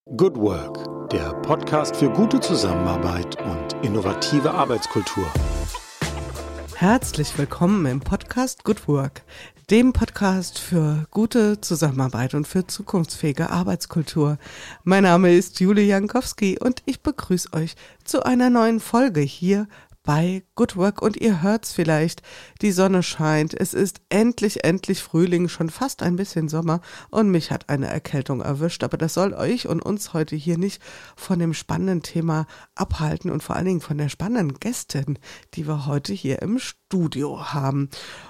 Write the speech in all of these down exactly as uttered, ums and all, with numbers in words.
Good Work, der Podcast für gute Zusammenarbeit und innovative Arbeitskultur. Herzlich willkommen im Podcast Good Work, dem Podcast für gute Zusammenarbeit und für zukunftsfähige Arbeitskultur. Mein Name ist Julie Jankowski und ich begrüße euch zu einer neuen Folge hier bei Good Work. Und ihr hört's vielleicht, die Sonne scheint, es ist endlich, endlich Frühling, schon fast ein bisschen Sommer und mich hat eine Erkältung erwischt, aber das soll euch und uns heute hier nicht von dem spannenden Thema abhalten und vor allen Dingen von der spannenden Gästin, die wir heute hier im Studio haben.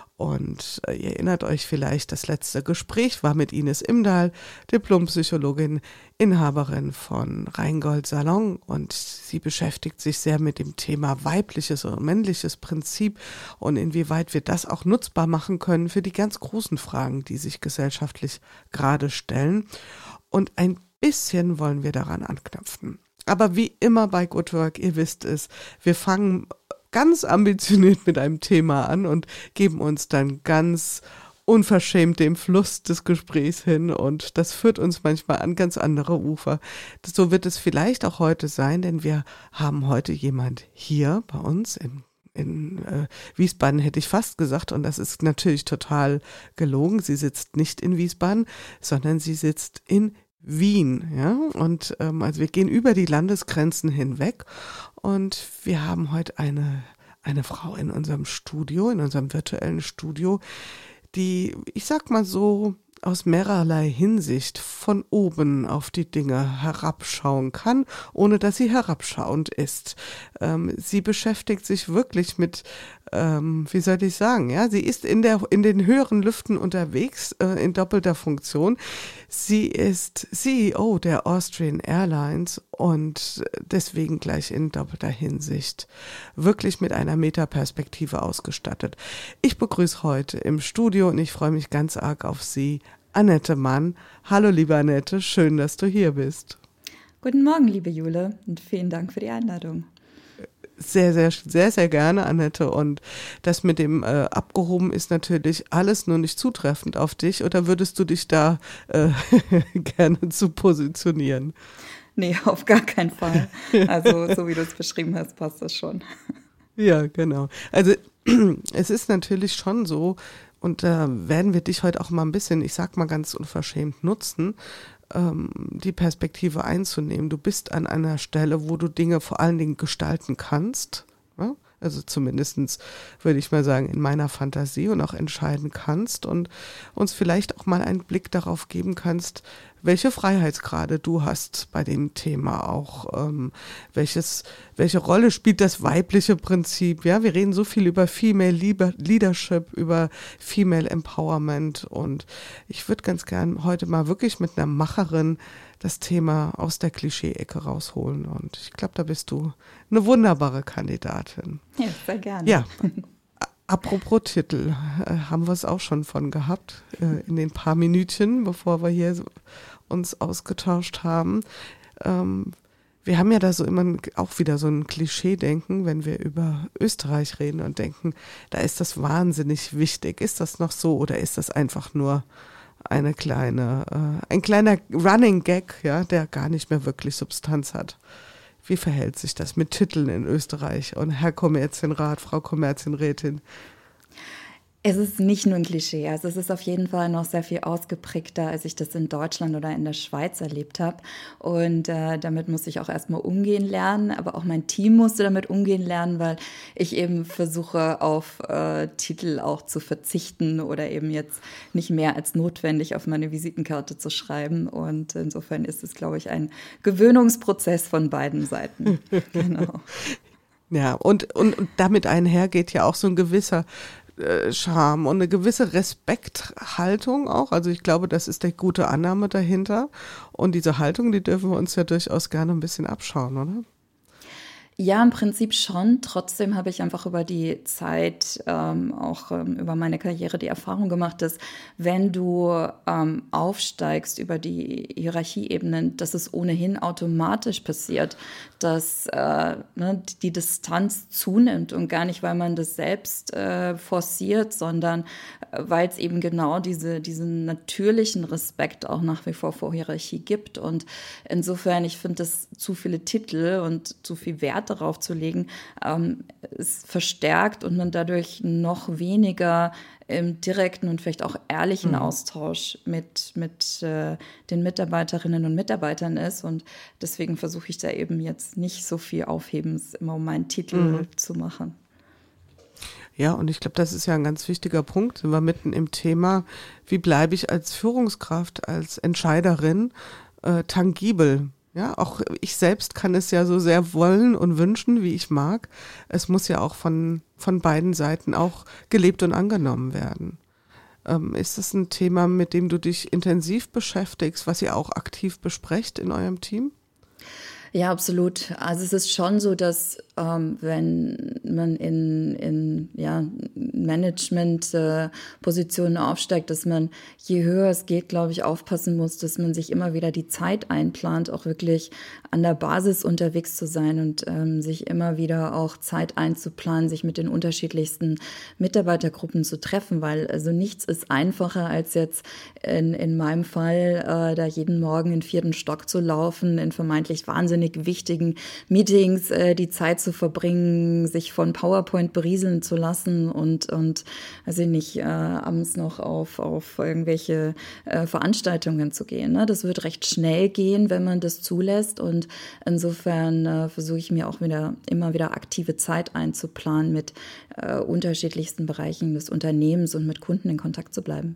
Und äh, ihr erinnert euch vielleicht, das letzte Gespräch war mit Ines Imdahl, Diplompsychologin, Inhaberin von Rheingold Salon, und sie beschäftigt sich sehr mit dem Thema weibliches und männliches Prinzip und inwieweit wir das auch nutzbar machen können für die ganz großen Fragen, die sich gesellschaftlich gerade stellen. Und ein bisschen wollen wir daran anknüpfen. Aber wie immer bei Good Work, ihr wisst es, wir fangen ganz ambitioniert mit einem Thema an und geben uns dann ganz unverschämt dem Fluss des Gesprächs hin, und das führt uns manchmal an ganz andere Ufer. So wird es vielleicht auch heute sein, denn wir haben heute jemand hier bei uns in In äh, Wiesbaden, hätte ich fast gesagt, und das ist natürlich total gelogen. Sie sitzt nicht in Wiesbaden, sondern sie sitzt in Wien, ja, und ähm, also wir gehen über die Landesgrenzen hinweg, und wir haben heute eine eine Frau in unserem Studio, in unserem virtuellen Studio, die, ich sag mal so, aus mehrerlei Hinsicht von oben auf die Dinge herabschauen kann, ohne dass sie herabschauend ist. Ähm, sie beschäftigt sich wirklich mit, ähm, wie soll ich sagen, ja, sie ist in der in den höheren Lüften unterwegs, äh, in doppelter Funktion. Sie ist C E O der Austrian Airlines und deswegen gleich in doppelter Hinsicht wirklich mit einer Metaperspektive ausgestattet. Ich begrüße heute im Studio, und ich freue mich ganz arg auf Sie, Annette Mann. Hallo liebe Annette, schön, dass du hier bist. Guten Morgen, liebe Jule, und vielen Dank für die Einladung. Sehr, sehr, sehr, sehr gerne, Annette. Und das mit dem äh, abgehoben ist natürlich alles nur nicht zutreffend auf dich. Oder würdest du dich da äh, gerne zu positionieren? Nee, auf gar keinen Fall. Also so wie du es beschrieben hast, passt das schon. Ja, genau. Also es ist natürlich schon so, und da äh, werden wir dich heute auch mal ein bisschen, ich sag mal ganz unverschämt, nutzen, ähm, die Perspektive einzunehmen. Du bist an einer Stelle, wo du Dinge vor allen Dingen gestalten kannst, ja? Also zumindestens würde ich mal sagen, in meiner Fantasie, und auch entscheiden kannst und uns vielleicht auch mal einen Blick darauf geben kannst, welche Freiheitsgrade du hast bei dem Thema auch, ähm, welches, welche Rolle spielt das weibliche Prinzip, ja, wir reden so viel über Female Leadership, über Female Empowerment, und ich würde ganz gern heute mal wirklich mit einer Macherin das Thema aus der Klischee-Ecke rausholen, und ich glaube, da bist du eine wunderbare Kandidatin. Ja, sehr gerne. Ja. Apropos Titel, äh, haben wir es auch schon von gehabt, äh, in den paar Minütchen, bevor wir hier uns ausgetauscht haben. Ähm, wir haben ja da so immer auch wieder so ein Klischee-Denken, wenn wir über Österreich reden und denken, da ist das wahnsinnig wichtig. Ist das noch so, oder ist das einfach nur eine kleine, äh, ein kleiner Running Gag, ja, der gar nicht mehr wirklich Substanz hat? Wie verhält sich das mit Titeln in Österreich? Und Herr Kommerzienrat, Frau Kommerzienrätin? Es ist nicht nur ein Klischee, also es ist auf jeden Fall noch sehr viel ausgeprägter, als ich das in Deutschland oder in der Schweiz erlebt habe. Und äh, damit musste ich auch erstmal umgehen lernen, aber auch mein Team musste damit umgehen lernen, weil ich eben versuche, auf äh, Titel auch zu verzichten oder eben jetzt nicht mehr als notwendig auf meine Visitenkarte zu schreiben. Und insofern ist es, glaube ich, ein Gewöhnungsprozess von beiden Seiten. Genau. Ja, und, und, und damit einher geht ja auch so ein gewisser Charme und eine gewisse Respekthaltung auch. Also ich glaube, das ist die gute Annahme dahinter. Und diese Haltung, die dürfen wir uns ja durchaus gerne ein bisschen abschauen, oder? Ja, im Prinzip schon. Trotzdem habe ich einfach über die Zeit, ähm, auch ähm, über meine Karriere die Erfahrung gemacht, dass wenn du ähm, aufsteigst über die Hierarchieebenen, dass es ohnehin automatisch passiert, dass äh, ne, die Distanz zunimmt und gar nicht, weil man das selbst äh, forciert, sondern äh, weil es eben genau diese, diesen natürlichen Respekt auch nach wie vor vor Hierarchie gibt. Und insofern, ich finde, dass zu viele Titel und zu viel Wert darauf zu legen, ähm, es verstärkt und man dadurch noch weniger im direkten und vielleicht auch ehrlichen mhm. Austausch mit, mit äh, den Mitarbeiterinnen und Mitarbeitern ist. Und deswegen versuche ich da eben jetzt nicht so viel Aufhebens immer um meinen Titel mhm. zu machen. Ja, und ich glaube, das ist ja ein ganz wichtiger Punkt. Sind wir mitten im Thema, wie bleibe ich als Führungskraft, als Entscheiderin äh, tangibel? Ja, auch ich selbst kann es ja so sehr wollen und wünschen, wie ich mag. Es muss ja auch von, von beiden Seiten auch gelebt und angenommen werden. Ähm, ist das ein Thema, mit dem du dich intensiv beschäftigst, was ihr auch aktiv besprecht in eurem Team? Ja, absolut. Also es ist schon so, dass ähm, wenn man in, in ja, Management-Positionen äh, aufsteigt, dass man, je höher es geht, glaube ich, aufpassen muss, dass man sich immer wieder die Zeit einplant, auch wirklich an der Basis unterwegs zu sein und ähm, sich immer wieder auch Zeit einzuplanen, sich mit den unterschiedlichsten Mitarbeitergruppen zu treffen, weil also nichts ist einfacher, als jetzt in, in meinem Fall äh, da jeden Morgen in den vierten Stock zu laufen, in vermeintlich wahnsinnig wichtigen Meetings äh, die Zeit zu verbringen, sich von PowerPoint berieseln zu lassen und, und also nicht äh, abends noch auf, auf irgendwelche äh, Veranstaltungen zu gehen. Ne? Das wird recht schnell gehen, wenn man das zulässt, und insofern äh, versuche ich mir auch wieder immer wieder aktive Zeit einzuplanen, mit äh, unterschiedlichsten Bereichen des Unternehmens und mit Kunden in Kontakt zu bleiben.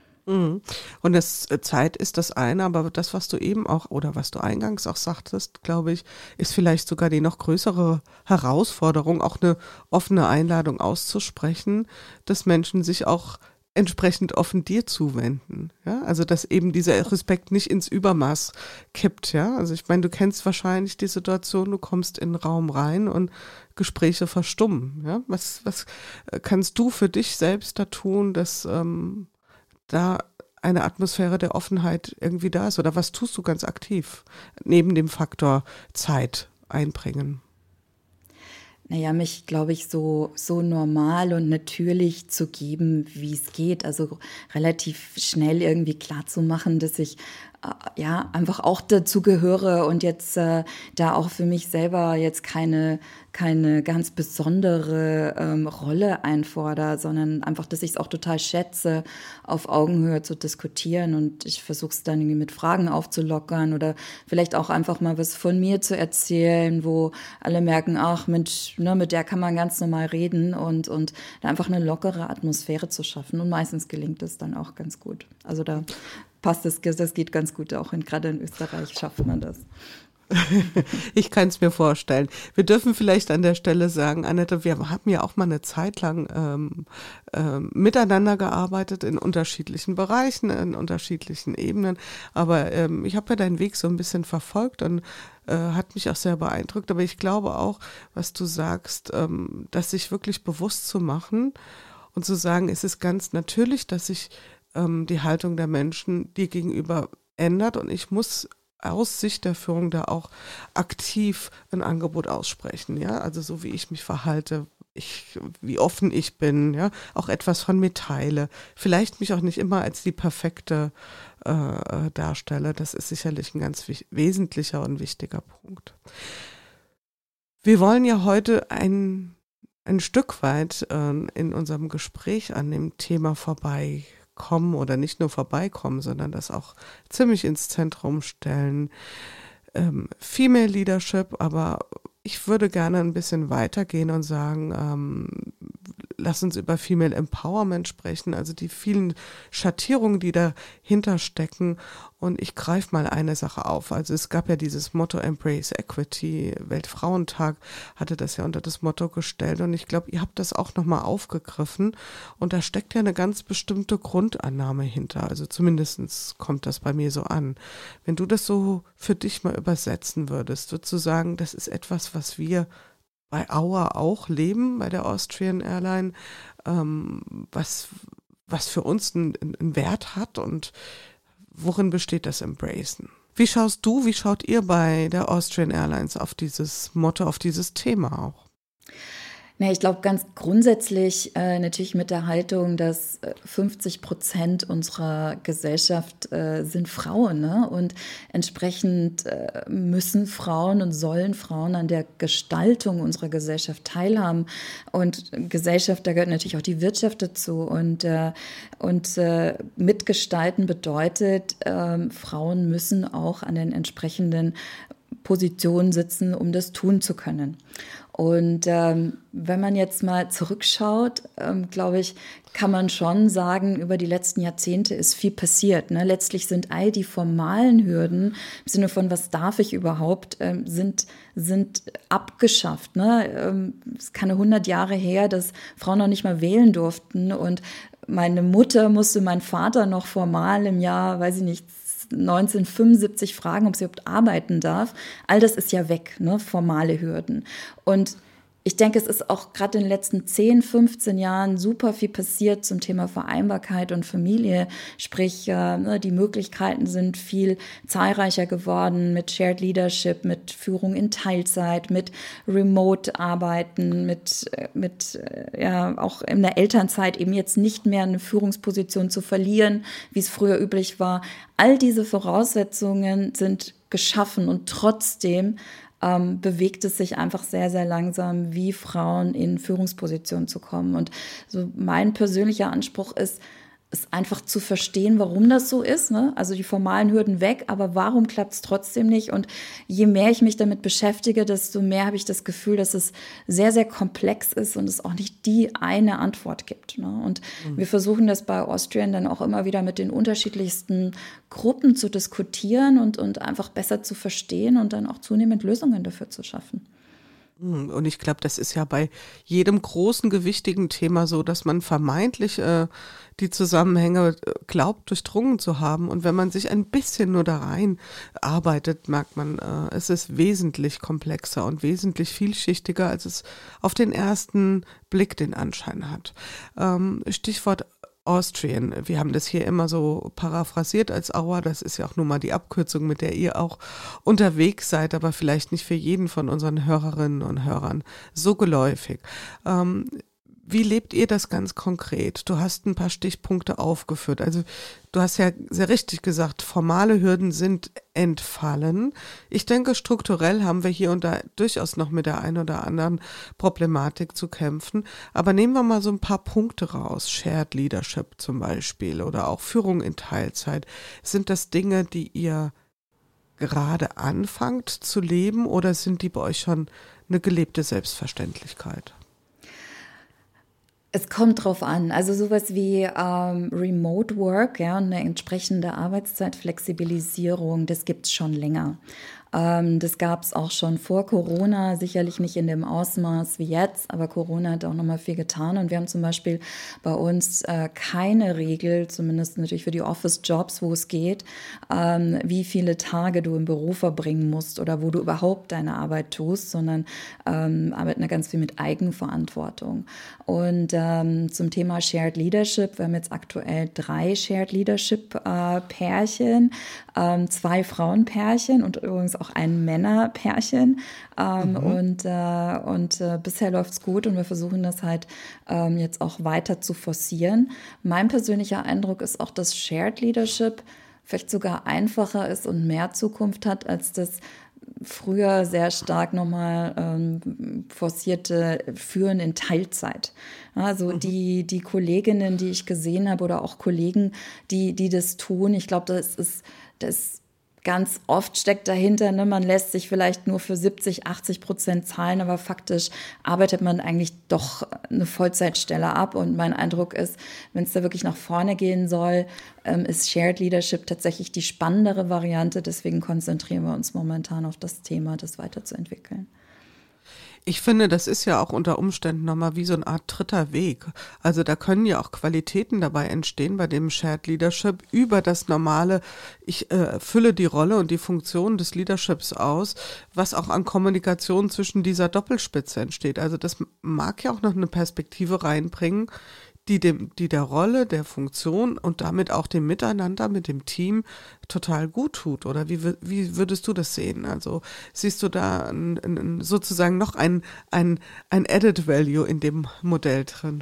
Und das Zeit ist das eine, aber das, was du eben auch oder was du eingangs auch sagtest, glaube ich, ist vielleicht sogar die noch größere Herausforderung, auch eine offene Einladung auszusprechen, dass Menschen sich auch entsprechend offen dir zuwenden. Ja, also dass eben dieser Respekt nicht ins Übermaß kippt. Ja, also ich meine, du kennst wahrscheinlich die Situation, du kommst in den Raum rein und Gespräche verstummen. Ja, was was kannst du für dich selbst da tun, dass ähm, da eine Atmosphäre der Offenheit irgendwie da ist? Oder was tust du ganz aktiv neben dem Faktor Zeit einbringen? Naja, mich, glaube ich, so, so normal und natürlich zu geben, wie es geht. Also relativ schnell irgendwie klar zu machen, dass ich äh, ja einfach auch dazu gehöre und jetzt äh, da auch für mich selber jetzt keine, keine ganz besondere ähm, Rolle einfordere, sondern einfach, dass ich es auch total schätze, auf Augenhöhe zu diskutieren, und ich versuche es dann irgendwie mit Fragen aufzulockern oder vielleicht auch einfach mal was von mir zu erzählen, wo alle merken, ach Mensch, ne, mit der kann man ganz normal reden, und, und da einfach eine lockere Atmosphäre zu schaffen, und meistens gelingt es dann auch ganz gut. Also da passt es, das geht ganz gut, auch in, gerade in Österreich schafft man das. Ich kann es mir vorstellen. Wir dürfen vielleicht an der Stelle sagen, Annette, wir haben ja auch mal eine Zeit lang ähm, ähm, miteinander gearbeitet in unterschiedlichen Bereichen, in unterschiedlichen Ebenen. Aber ähm, ich habe ja deinen Weg so ein bisschen verfolgt und äh, hat mich auch sehr beeindruckt. Aber ich glaube auch, was du sagst, ähm, dass sich wirklich bewusst zu machen und zu sagen, es ist ganz natürlich, dass sich ähm, die Haltung der Menschen dir gegenüber ändert, und ich muss aus Sicht der Führung da auch aktiv ein Angebot aussprechen, ja, also so wie ich mich verhalte, ich, wie offen ich bin, ja, auch etwas von mir teile, vielleicht mich auch nicht immer als die perfekte äh, darstelle, das ist sicherlich ein ganz wich- wesentlicher und wichtiger Punkt. Wir wollen ja heute ein, ein Stück weit äh, in unserem Gespräch an dem Thema vorbei kommen oder nicht nur vorbeikommen, sondern das auch ziemlich ins Zentrum stellen. Ähm, Female Leadership, aber ich würde gerne ein bisschen weitergehen und sagen, ähm, lass uns über Female Empowerment sprechen, also die vielen Schattierungen, die dahinter stecken. Und ich greife mal eine Sache auf. Also es gab ja dieses Motto Embrace Equity, Weltfrauentag hatte das ja unter das Motto gestellt. Und ich glaube, ihr habt das auch nochmal aufgegriffen. Und da steckt ja eine ganz bestimmte Grundannahme hinter. Also zumindest kommt das bei mir so an. Wenn du das so für dich mal übersetzen würdest, würdest du sagen, das ist etwas, was wir bei Auer auch leben, bei der Austrian Airline, ähm, was, was für uns einen, einen Wert hat und worin besteht das Embracen? Wie schaust du, wie schaut ihr bei der Austrian Airlines auf dieses Motto, auf dieses Thema auch? Na, ich glaube ganz grundsätzlich äh, natürlich mit der Haltung, dass fünfzig Prozent unserer Gesellschaft äh, sind Frauen, ne? Und entsprechend äh, müssen Frauen und sollen Frauen an der Gestaltung unserer Gesellschaft teilhaben. Und Gesellschaft, da gehört natürlich auch die Wirtschaft dazu. Und, äh, und äh, mitgestalten bedeutet, äh, Frauen müssen auch an den entsprechenden Positionen sitzen, um das tun zu können. Und ähm, wenn man jetzt mal zurückschaut, ähm, glaube ich, kann man schon sagen, über die letzten Jahrzehnte ist viel passiert. Ne? Letztlich sind all die formalen Hürden im Sinne von, was darf ich überhaupt, ähm, sind, sind abgeschafft. Ne? Ähm, es ist keine hundert Jahre her, dass Frauen noch nicht mal wählen durften. Und meine Mutter musste meinen Vater noch formal im Jahr, weiß ich nicht, neunzehnhundertfünfundsiebzig fragen, ob sie überhaupt arbeiten darf. All das ist ja weg, ne? Formale Hürden. Und ich denke, es ist auch gerade in den letzten zehn, fünfzehn Jahren super viel passiert zum Thema Vereinbarkeit und Familie. Sprich, äh, die Möglichkeiten sind viel zahlreicher geworden mit Shared Leadership, mit Führung in Teilzeit, mit Remote-Arbeiten, mit, mit äh, ja auch in der Elternzeit eben jetzt nicht mehr eine Führungsposition zu verlieren, wie es früher üblich war. All diese Voraussetzungen sind geschaffen und trotzdem Ähm, bewegt es sich einfach sehr, sehr langsam, wie Frauen in Führungspositionen zu kommen. Und so mein persönlicher Anspruch ist, es einfach zu verstehen, warum das so ist, ne? Also die formalen Hürden weg, aber warum klappt es trotzdem nicht? Und je mehr ich mich damit beschäftige, desto mehr habe ich das Gefühl, dass es sehr, sehr komplex ist und es auch nicht die eine Antwort gibt, ne? Und mhm. wir versuchen das bei Austrian dann auch immer wieder mit den unterschiedlichsten Gruppen zu diskutieren und, und einfach besser zu verstehen und dann auch zunehmend Lösungen dafür zu schaffen. Und ich glaube, das ist ja bei jedem großen, gewichtigen Thema so, dass man vermeintlich äh, die Zusammenhänge glaubt, durchdrungen zu haben. Und wenn man sich ein bisschen nur da rein arbeitet, merkt man, äh, es ist wesentlich komplexer und wesentlich vielschichtiger, als es auf den ersten Blick den Anschein hat. Ähm, Stichwort Austrian. Wir haben das hier immer so paraphrasiert als Auer. Das ist ja auch nun mal die Abkürzung, mit der ihr auch unterwegs seid, aber vielleicht nicht für jeden von unseren Hörerinnen und Hörern so geläufig. Ähm, Wie lebt ihr das ganz konkret? Du hast ein paar Stichpunkte aufgeführt. Also du hast ja sehr richtig gesagt, formale Hürden sind entfallen. Ich denke, strukturell haben wir hier und da durchaus noch mit der einen oder anderen Problematik zu kämpfen. Aber nehmen wir mal so ein paar Punkte raus. Shared Leadership zum Beispiel oder auch Führung in Teilzeit. Sind das Dinge, die ihr gerade anfangt zu leben oder sind die bei euch schon eine gelebte Selbstverständlichkeit? Es kommt drauf an. Also sowas wie ähm, Remote Work, ja, und eine entsprechende Arbeitszeitflexibilisierung, das gibt's schon länger. Ähm, das gab's auch schon vor Corona, sicherlich nicht in dem Ausmaß wie jetzt, aber Corona hat auch nochmal viel getan. Und wir haben zum Beispiel bei uns äh, keine Regel, zumindest natürlich für die Office-Jobs, wo es geht, ähm, wie viele Tage du im Büro verbringen musst oder wo du überhaupt deine Arbeit tust, sondern ähm, arbeiten da ganz viel mit Eigenverantwortung. Und ähm, zum Thema Shared Leadership, wir haben jetzt aktuell drei Shared Leadership-Pärchen, äh, ähm, zwei Frauenpärchen und übrigens auch ein Männerpärchen. Ähm, mhm. Und, äh, und äh, bisher läuft's gut und wir versuchen das halt ähm, jetzt auch weiter zu forcieren. Mein persönlicher Eindruck ist auch, dass Shared Leadership vielleicht sogar einfacher ist und mehr Zukunft hat, als das früher sehr stark nochmal ähm, forcierte Führen in Teilzeit. Also mhm. die, die Kolleginnen, die ich gesehen habe oder auch Kollegen, die, die das tun, ich glaube, das ist, das ganz oft steckt dahinter, ne, man lässt sich vielleicht nur für siebzig, achtzig Prozent zahlen, aber faktisch arbeitet man eigentlich doch eine Vollzeitstelle ab. Und mein Eindruck ist, wenn es da wirklich nach vorne gehen soll, ähm, ist Shared Leadership tatsächlich die spannendere Variante. Deswegen konzentrieren wir uns momentan auf das Thema, das weiterzuentwickeln. Ich finde, das ist ja auch unter Umständen nochmal wie so eine Art dritter Weg. Also da können ja auch Qualitäten dabei entstehen bei dem Shared Leadership über das normale, ich äh, fülle die Rolle und die Funktion des Leaderships aus, was auch an Kommunikation zwischen dieser Doppelspitze entsteht. Also das mag ja auch noch eine Perspektive reinbringen, die dem, die der Rolle, der Funktion und damit auch dem Miteinander mit dem Team total gut tut. Oder wie, wie würdest du das sehen? Also siehst du da ein, ein, sozusagen noch ein, ein, ein Added Value in dem Modell drin?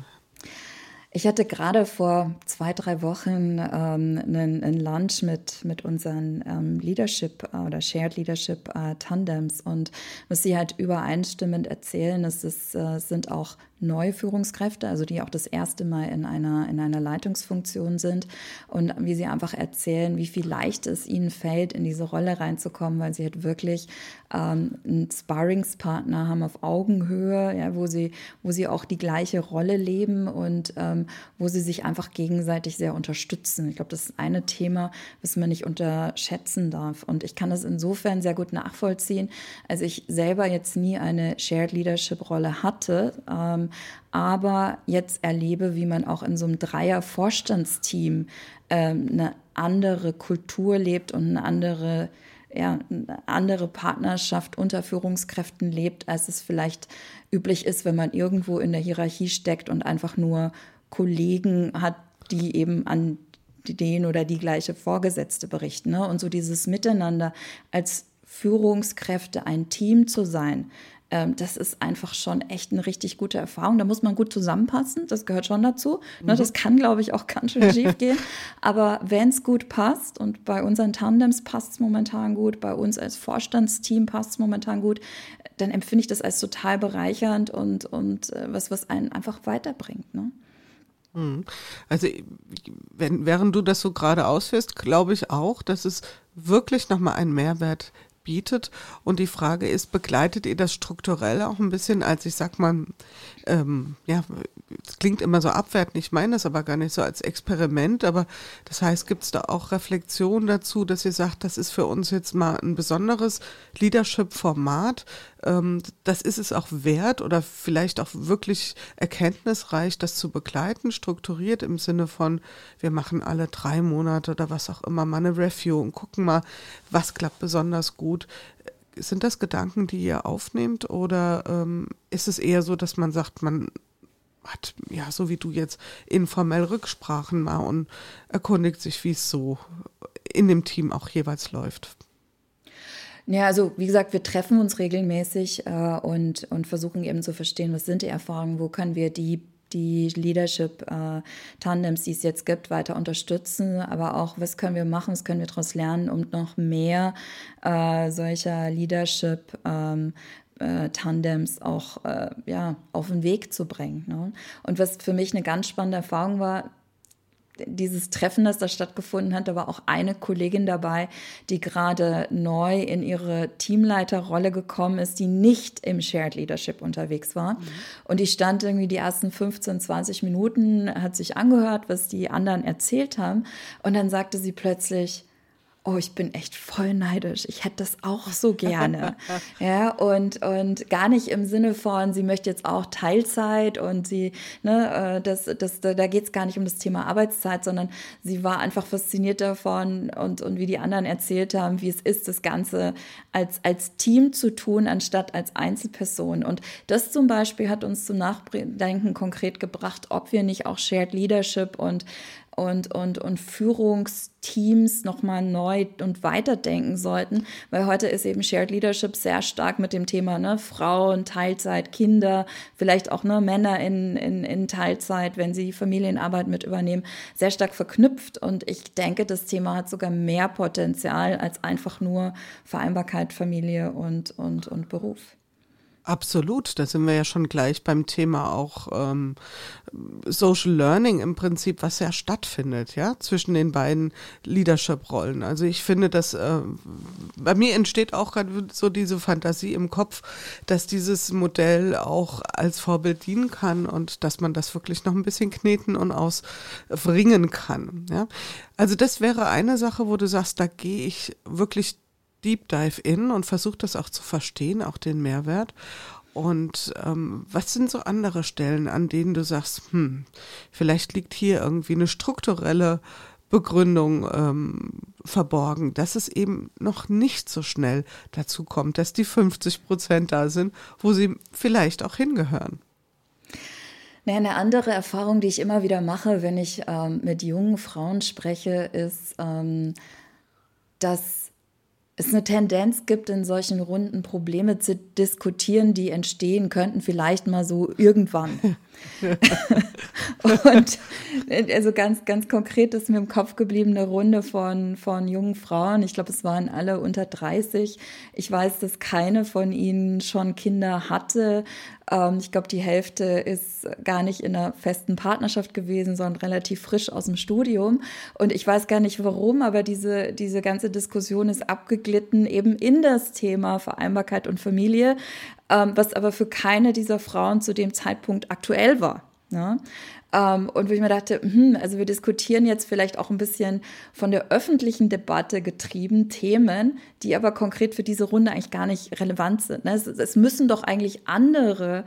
Ich hatte gerade vor zwei, drei Wochen ähm, einen, einen Lunch mit, mit unseren ähm, Leadership äh, oder Shared Leadership äh, Tandems und muss sie halt übereinstimmend erzählen, es ist, äh, sind auch neue Führungskräfte, also die auch das erste Mal in einer, in einer Leitungsfunktion sind und wie sie einfach erzählen, wie viel leicht es ihnen fällt, in diese Rolle reinzukommen, weil sie halt wirklich ähm, einen Sparringspartner haben auf Augenhöhe, ja, wo sie, wo sie auch die gleiche Rolle leben und ähm, wo sie sich einfach gegenseitig sehr unterstützen. Ich glaube, das ist eine Thema, was man nicht unterschätzen darf. Und ich kann das insofern sehr gut nachvollziehen, als ich selber jetzt nie eine Shared Leadership Rolle hatte, ähm, aber jetzt erlebe, wie man auch in so einem Dreier-Vorstandsteam ähm, eine andere Kultur lebt und eine andere, ja, eine andere Partnerschaft unter Führungskräften lebt, als es vielleicht üblich ist, wenn man irgendwo in der Hierarchie steckt und einfach nur Kollegen hat, die eben an den oder die gleiche Vorgesetzte berichten. Ne? Und so dieses Miteinander als Führungskräfte, ein Team zu sein, das ist einfach schon echt eine richtig gute Erfahrung. Da muss man gut zusammenpassen, das gehört schon dazu. Mhm. Das kann, glaube ich, auch ganz schön schief gehen. Aber wenn es gut passt, und bei unseren Tandems passt es momentan gut, bei uns als Vorstandsteam passt es momentan gut, dann empfinde ich das als total bereichernd und, und was, was einen einfach weiterbringt. Ne? Also wenn, während du das so gerade ausführst, glaube ich auch, dass es wirklich nochmal einen Mehrwert bietet. Und die Frage ist, begleitet ihr das strukturell auch ein bisschen, als ich sag mal, ähm, ja, es klingt immer so abwertend, ich meine das aber gar nicht so als Experiment, aber das heißt, gibt es da auch Reflexionen dazu, dass ihr sagt, das ist für uns jetzt mal ein besonderes Leadership-Format, ähm, das ist es auch wert oder vielleicht auch wirklich erkenntnisreich, das zu begleiten, strukturiert im Sinne von, wir machen alle drei Monate oder was auch immer mal eine Review und gucken mal, was klappt besonders gut. Sind das Gedanken, die ihr aufnehmt oder ähm, ist es eher so, dass man sagt, man hat, ja, so wie du jetzt, informell Rücksprachen mal und erkundigt sich, wie es so in dem Team auch jeweils läuft? Ja, also wie gesagt, wir treffen uns regelmäßig äh, und, und versuchen eben zu verstehen, was sind die Erfahrungen, wo können wir die die Leadership-Tandems, äh, die es jetzt gibt, weiter unterstützen, aber auch, was können wir machen, was können wir daraus lernen, um noch mehr äh, solcher Leadership ähm, äh, Tandems auch äh, ja, auf den Weg zu bringen. Ne? Und was für mich eine ganz spannende Erfahrung war, dieses Treffen, das da stattgefunden hat, da war auch eine Kollegin dabei, die gerade neu in ihre Teamleiterrolle gekommen ist, die nicht im Shared Leadership unterwegs war. Mhm. Und die stand irgendwie die ersten fünfzehn, zwanzig Minuten, hat sich angehört, was die anderen erzählt haben. Und dann sagte sie plötzlich, oh, ich bin echt voll neidisch. Ich hätte das auch so gerne. Ja, und, und gar nicht im Sinne von, sie möchte jetzt auch Teilzeit und sie, ne, das, das, da geht es gar nicht um das Thema Arbeitszeit, sondern sie war einfach fasziniert davon und, und wie die anderen erzählt haben, wie es ist, das Ganze als, als Team zu tun, anstatt als Einzelperson. Und das zum Beispiel hat uns zum Nachdenken konkret gebracht, ob wir nicht auch Shared Leadership und Und, und, und Führungsteams nochmal neu und weiterdenken sollten, weil heute ist eben Shared Leadership sehr stark mit dem Thema ne, Frauen, Teilzeit, Kinder, vielleicht auch ne, Männer in, in, in Teilzeit, wenn sie Familienarbeit mit übernehmen, sehr stark verknüpft. Und ich denke, das Thema hat sogar mehr Potenzial als einfach nur Vereinbarkeit, Familie und, und, und Beruf. Absolut, da sind wir ja schon gleich beim Thema auch ähm, Social Learning im Prinzip, was ja stattfindet, ja, zwischen den beiden Leadership-Rollen. Also ich finde, dass äh, bei mir entsteht auch gerade so diese Fantasie im Kopf, dass dieses Modell auch als Vorbild dienen kann und dass man das wirklich noch ein bisschen kneten und auswringen kann. Ja? Also das wäre eine Sache, wo du sagst, da gehe ich wirklich Deep Dive in und versuche das auch zu verstehen, auch den Mehrwert. Und ähm, was sind so andere Stellen, an denen du sagst, hm, vielleicht liegt hier irgendwie eine strukturelle Begründung ähm, verborgen, dass es eben noch nicht so schnell dazu kommt, dass die fünfzig Prozent da sind, wo sie vielleicht auch hingehören. Naja, eine andere Erfahrung, die ich immer wieder mache, wenn ich ähm, mit jungen Frauen spreche, ist, ähm, dass es eine Tendenz gibt, in solchen Runden Probleme zu diskutieren, die entstehen könnten, vielleicht mal so irgendwann. Und also ganz, ganz konkret ist mir im Kopf geblieben eine Runde von, von jungen Frauen. Ich glaube, es waren alle unter dreißig. Ich weiß, dass keine von ihnen schon Kinder hatte. Ähm, ich glaube, die Hälfte ist gar nicht in einer festen Partnerschaft gewesen, sondern relativ frisch aus dem Studium. Und ich weiß gar nicht warum, aber diese, diese ganze Diskussion ist abgeglitten eben in das Thema Vereinbarkeit und Familie, ähm, was aber für keine dieser Frauen zu dem Zeitpunkt aktuell war. Ne? Ähm, und wo ich mir dachte, hm, also wir diskutieren jetzt vielleicht auch ein bisschen von der öffentlichen Debatte getrieben Themen, die aber konkret für diese Runde eigentlich gar nicht relevant sind. Ne? Es, es müssen doch eigentlich andere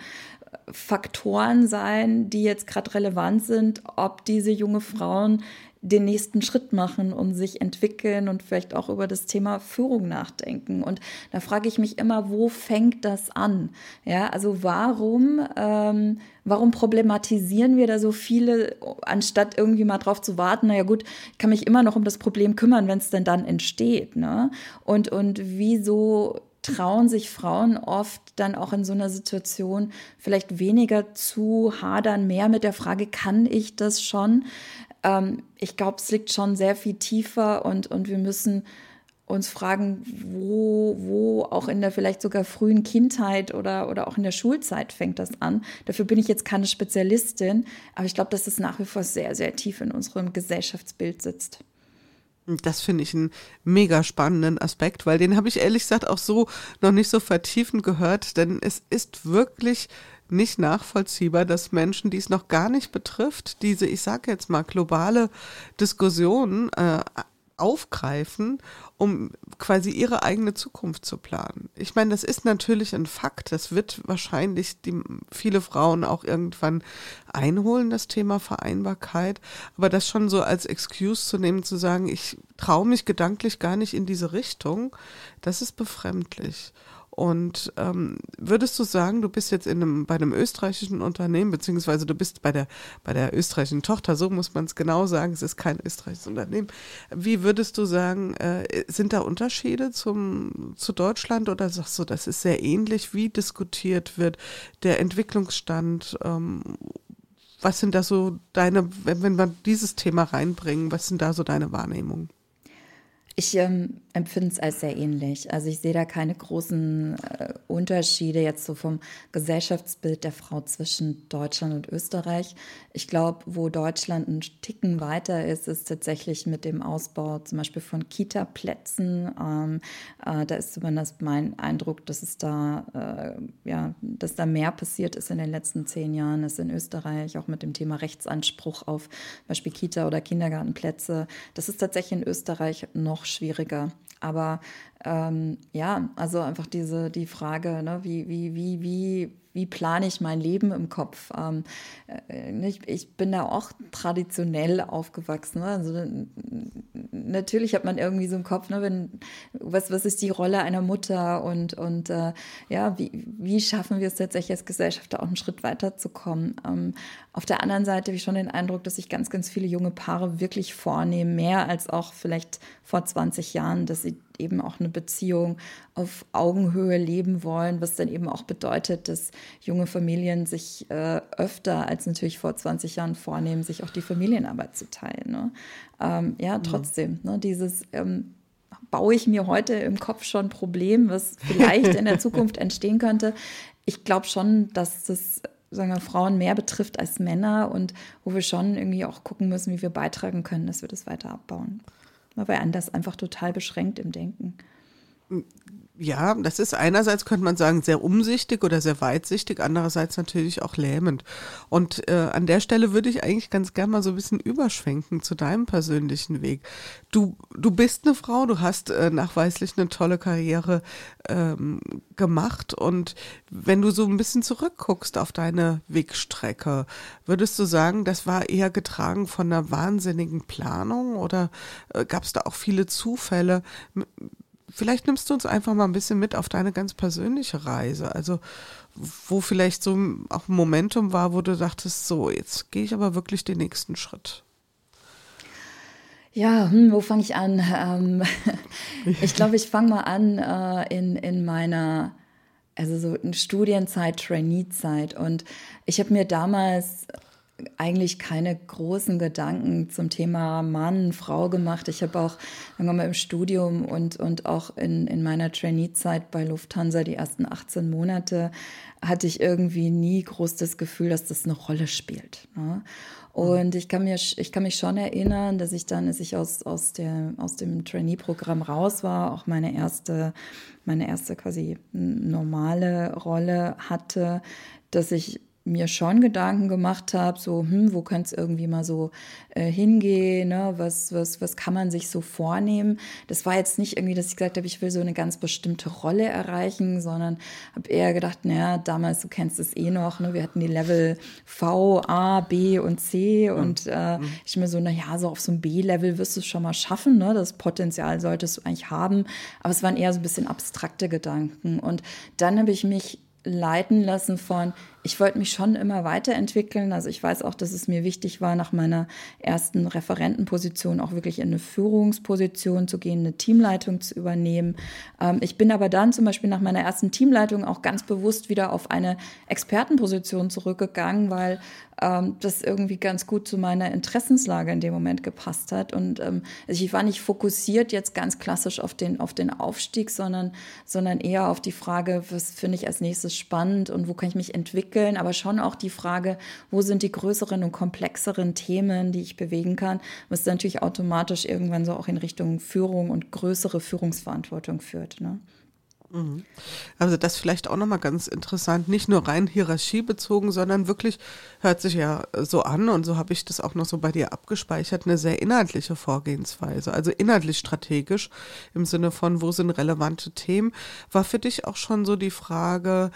Faktoren sein, die jetzt gerade relevant sind, ob diese junge Frauen den nächsten Schritt machen und sich entwickeln und vielleicht auch über das Thema Führung nachdenken. Und da frage ich mich immer, wo fängt das an? Ja, also warum, ähm, warum problematisieren wir da so viele, anstatt irgendwie mal drauf zu warten, naja gut, ich kann mich immer noch um das Problem kümmern, wenn es denn dann entsteht, ne? Und, und wieso trauen sich Frauen oft dann auch in so einer Situation vielleicht weniger zu hadern, mehr mit der Frage, kann ich das schon? Ähm, ich glaube, es liegt schon sehr viel tiefer und, und wir müssen uns fragen, wo, wo auch in der vielleicht sogar frühen Kindheit oder, oder auch in der Schulzeit fängt das an. Dafür bin ich jetzt keine Spezialistin, aber ich glaube, dass es nach wie vor sehr, sehr tief in unserem Gesellschaftsbild sitzt. Das finde ich einen mega spannenden Aspekt, weil den habe ich ehrlich gesagt auch so noch nicht so vertiefend gehört, denn es ist wirklich nicht nachvollziehbar, dass Menschen, die es noch gar nicht betrifft, diese, ich sage jetzt mal, globale Diskussion äh, aufgreifen, um quasi ihre eigene Zukunft zu planen. Ich meine, das ist natürlich ein Fakt. Das wird wahrscheinlich die, viele Frauen auch irgendwann einholen, das Thema Vereinbarkeit. Aber das schon so als Excuse zu nehmen, zu sagen, ich traue mich gedanklich gar nicht in diese Richtung, das ist befremdlich. Und ähm, würdest du sagen, du bist jetzt in einem, bei einem österreichischen Unternehmen, beziehungsweise du bist bei der, bei der österreichischen Tochter, so muss man es genau sagen, es ist kein österreichisches Unternehmen. Wie würdest du sagen, äh, sind da Unterschiede zum, zu Deutschland oder sagst du, das ist sehr ähnlich, wie diskutiert wird, der Entwicklungsstand? Ähm, was sind da so deine, wenn, wenn wir dieses Thema reinbringen, was sind da so deine Wahrnehmungen? Ich ähm, empfinde es als sehr ähnlich. Also ich sehe da keine großen äh, Unterschiede jetzt so vom Gesellschaftsbild der Frau zwischen Deutschland und Österreich. Ich glaube, wo Deutschland ein Ticken weiter ist, ist tatsächlich mit dem Ausbau zum Beispiel von Kita-Plätzen. Ähm, äh, da ist zumindest mein Eindruck, dass es da, äh, ja, dass da mehr passiert ist in den letzten zehn Jahren als in Österreich, auch mit dem Thema Rechtsanspruch auf zum Beispiel Kita- oder Kindergartenplätze. Das ist tatsächlich in Österreich noch schwieriger. Aber ähm, ja, also einfach diese die Frage, ne, wie, wie, wie, wie, wie plane ich mein Leben im Kopf? Ähm, äh, ich, ich bin da auch traditionell aufgewachsen. Ne? Also natürlich hat man irgendwie so im Kopf, ne, wenn, was, was ist die Rolle einer Mutter und, und äh, ja, wie, wie schaffen wir es tatsächlich als Gesellschaft, da auch einen Schritt weiterzukommen? Ähm, auf der anderen Seite habe ich schon den Eindruck, dass sich ganz, ganz viele junge Paare wirklich vornehmen, mehr als auch vielleicht vor zwanzig Jahren, dass sie eben auch eine Beziehung auf Augenhöhe leben wollen, was dann eben auch bedeutet, dass junge Familien sich äh, öfter als natürlich vor zwanzig Jahren vornehmen, sich auch die Familienarbeit zu teilen. Ne? Ähm, ja, trotzdem, ne, dieses ähm, baue ich mir heute im Kopf schon ein Problem, was vielleicht in der Zukunft entstehen könnte. Ich glaube schon, dass das, sagen wir, Frauen mehr betrifft als Männer und wo wir schon irgendwie auch gucken müssen, wie wir beitragen können, dass wir das weiter abbauen. Weil wir anders einfach total beschränkt im Denken. Ja, das ist einerseits, könnte man sagen, sehr umsichtig oder sehr weitsichtig, andererseits natürlich auch lähmend. Und äh, an der Stelle würde ich eigentlich ganz gerne mal so ein bisschen überschwenken zu deinem persönlichen Weg. Du, du bist eine Frau, du hast äh, nachweislich eine tolle Karriere ähm, gemacht und wenn du so ein bisschen zurückguckst auf deine Wegstrecke, würdest du sagen, das war eher getragen von einer wahnsinnigen Planung oder äh, gab es da auch viele Zufälle? Vielleicht nimmst du uns einfach mal ein bisschen mit auf deine ganz persönliche Reise, also wo vielleicht so auch ein Momentum war, wo du dachtest, so, jetzt gehe ich aber wirklich den nächsten Schritt. Ja, hm, wo fange ich an? Ähm, ich glaube, ich fange mal an äh, in, in meiner, also so in Studienzeit, Trainee-Zeit und ich habe mir damals eigentlich keine großen Gedanken zum Thema Mann, Frau gemacht. Ich habe auch sagen wir mal, im Studium und, und auch in, in meiner Trainee-Zeit bei Lufthansa die ersten achtzehn Monate hatte ich irgendwie nie groß das Gefühl, dass das eine Rolle spielt. Ne? Und ich kann, mir, ich kann mich schon erinnern, dass ich dann, als ich aus, aus, der, aus dem Trainee-Programm raus war, auch meine erste, meine erste quasi normale Rolle hatte, dass ich mir schon Gedanken gemacht habe, so, hm, wo könnte es irgendwie mal so äh, hingehen, ne? was, was, was kann man sich so vornehmen? Das war jetzt nicht irgendwie, dass ich gesagt habe, ich will so eine ganz bestimmte Rolle erreichen, sondern habe eher gedacht, naja, damals, du kennst es eh noch, ne? Wir hatten die Level V, A, B und C und äh, mhm. ich mir so, naja, so auf so einem B-Level wirst du es schon mal schaffen, ne? Das Potenzial solltest du eigentlich haben, aber es waren eher so ein bisschen abstrakte Gedanken und dann habe ich mich leiten lassen von, ich wollte mich schon immer weiterentwickeln. Also ich weiß auch, dass es mir wichtig war, nach meiner ersten Referentenposition auch wirklich in eine Führungsposition zu gehen, eine Teamleitung zu übernehmen. Ähm, ich bin aber dann zum Beispiel nach meiner ersten Teamleitung auch ganz bewusst wieder auf eine Expertenposition zurückgegangen, weil ähm, das irgendwie ganz gut zu meiner Interessenslage in dem Moment gepasst hat. Und ähm, also ich war nicht fokussiert jetzt ganz klassisch auf den, auf den Aufstieg, sondern, sondern eher auf die Frage, was finde ich als nächstes spannend und wo kann ich mich entwickeln, aber schon auch die Frage, wo sind die größeren und komplexeren Themen, die ich bewegen kann, was dann natürlich automatisch irgendwann so auch in Richtung Führung und größere Führungsverantwortung führt, ne? Also das vielleicht auch nochmal ganz interessant, nicht nur rein hierarchiebezogen, sondern wirklich, hört sich ja so an und so habe ich das auch noch so bei dir abgespeichert, eine sehr inhaltliche Vorgehensweise, also inhaltlich strategisch im Sinne von, wo sind relevante Themen, war für dich auch schon so die Frage,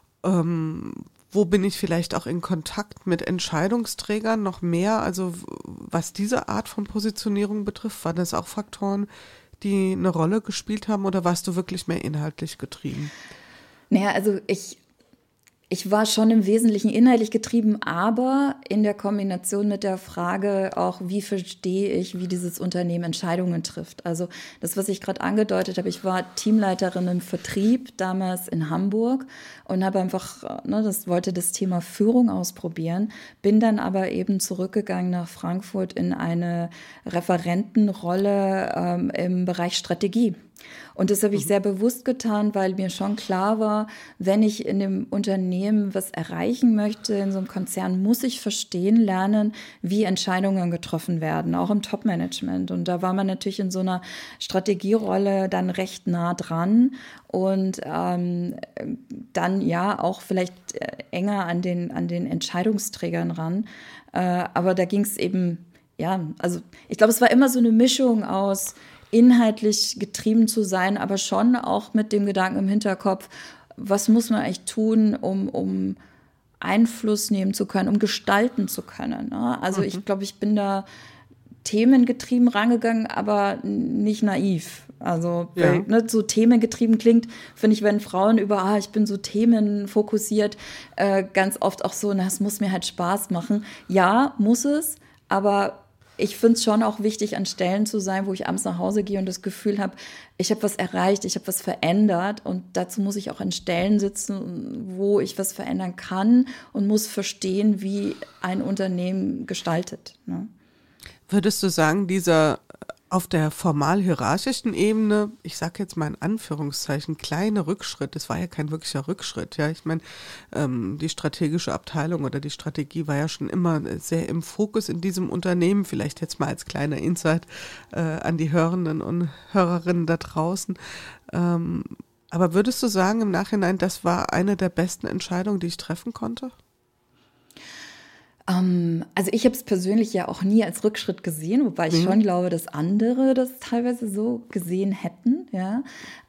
ähm, wo bin ich vielleicht auch in Kontakt mit Entscheidungsträgern noch mehr, also was diese Art von Positionierung betrifft, waren das auch Faktoren, die eine Rolle gespielt haben oder warst du wirklich mehr inhaltlich getrieben? Naja, also ich, ich war schon im Wesentlichen inhaltlich getrieben, aber in der Kombination mit der Frage auch, wie verstehe ich, wie dieses Unternehmen Entscheidungen trifft. Also das, was ich gerade angedeutet habe, ich war Teamleiterin im Vertrieb damals in Hamburg und habe einfach, ne, das wollte das Thema Führung ausprobieren, bin dann aber eben zurückgegangen nach Frankfurt in eine Referentenrolle ähm, im Bereich Strategie. Und das habe ich sehr bewusst getan, weil mir schon klar war, wenn ich in dem Unternehmen was erreichen möchte, in so einem Konzern, muss ich verstehen lernen, wie Entscheidungen getroffen werden, auch im Top-Management. Und da war man natürlich in so einer Strategierolle dann recht nah dran und ähm, dann ja auch vielleicht enger an den, an den Entscheidungsträgern ran. Äh, aber da ging es eben, ja, also ich glaube, es war immer so eine Mischung aus inhaltlich getrieben zu sein, aber schon auch mit dem Gedanken im Hinterkopf, was muss man eigentlich tun, um, um Einfluss nehmen zu können, um gestalten zu können. Ne? Also mhm. ich glaube, ich bin da themengetrieben rangegangen, aber nicht naiv. Also ja. weil, ne, so themengetrieben klingt, finde ich, wenn Frauen über, ah, ich bin so themenfokussiert, äh, ganz oft auch so, na, es muss mir halt Spaß machen. Ja, muss es, aber ich finde es schon auch wichtig, an Stellen zu sein, wo ich abends nach Hause gehe und das Gefühl habe, ich habe was erreicht, ich habe was verändert und dazu muss ich auch an Stellen sitzen, wo ich was verändern kann und muss verstehen, wie ein Unternehmen gestaltet. Ne? Würdest du sagen, dieser Auf der formal-hierarchischen Ebene, ich sage jetzt mal in Anführungszeichen, kleine Rückschritt, das war ja kein wirklicher Rückschritt, ja, ich meine, ähm, die strategische Abteilung oder die Strategie war ja schon immer sehr im Fokus in diesem Unternehmen, vielleicht jetzt mal als kleiner Insight äh, an die Hörenden und Hörerinnen da draußen, ähm, aber würdest du sagen im Nachhinein, das war eine der besten Entscheidungen, die ich treffen konnte? Also ich habe es persönlich ja auch nie als Rückschritt gesehen, wobei ich mhm. schon glaube, dass andere das teilweise so gesehen hätten. Ja.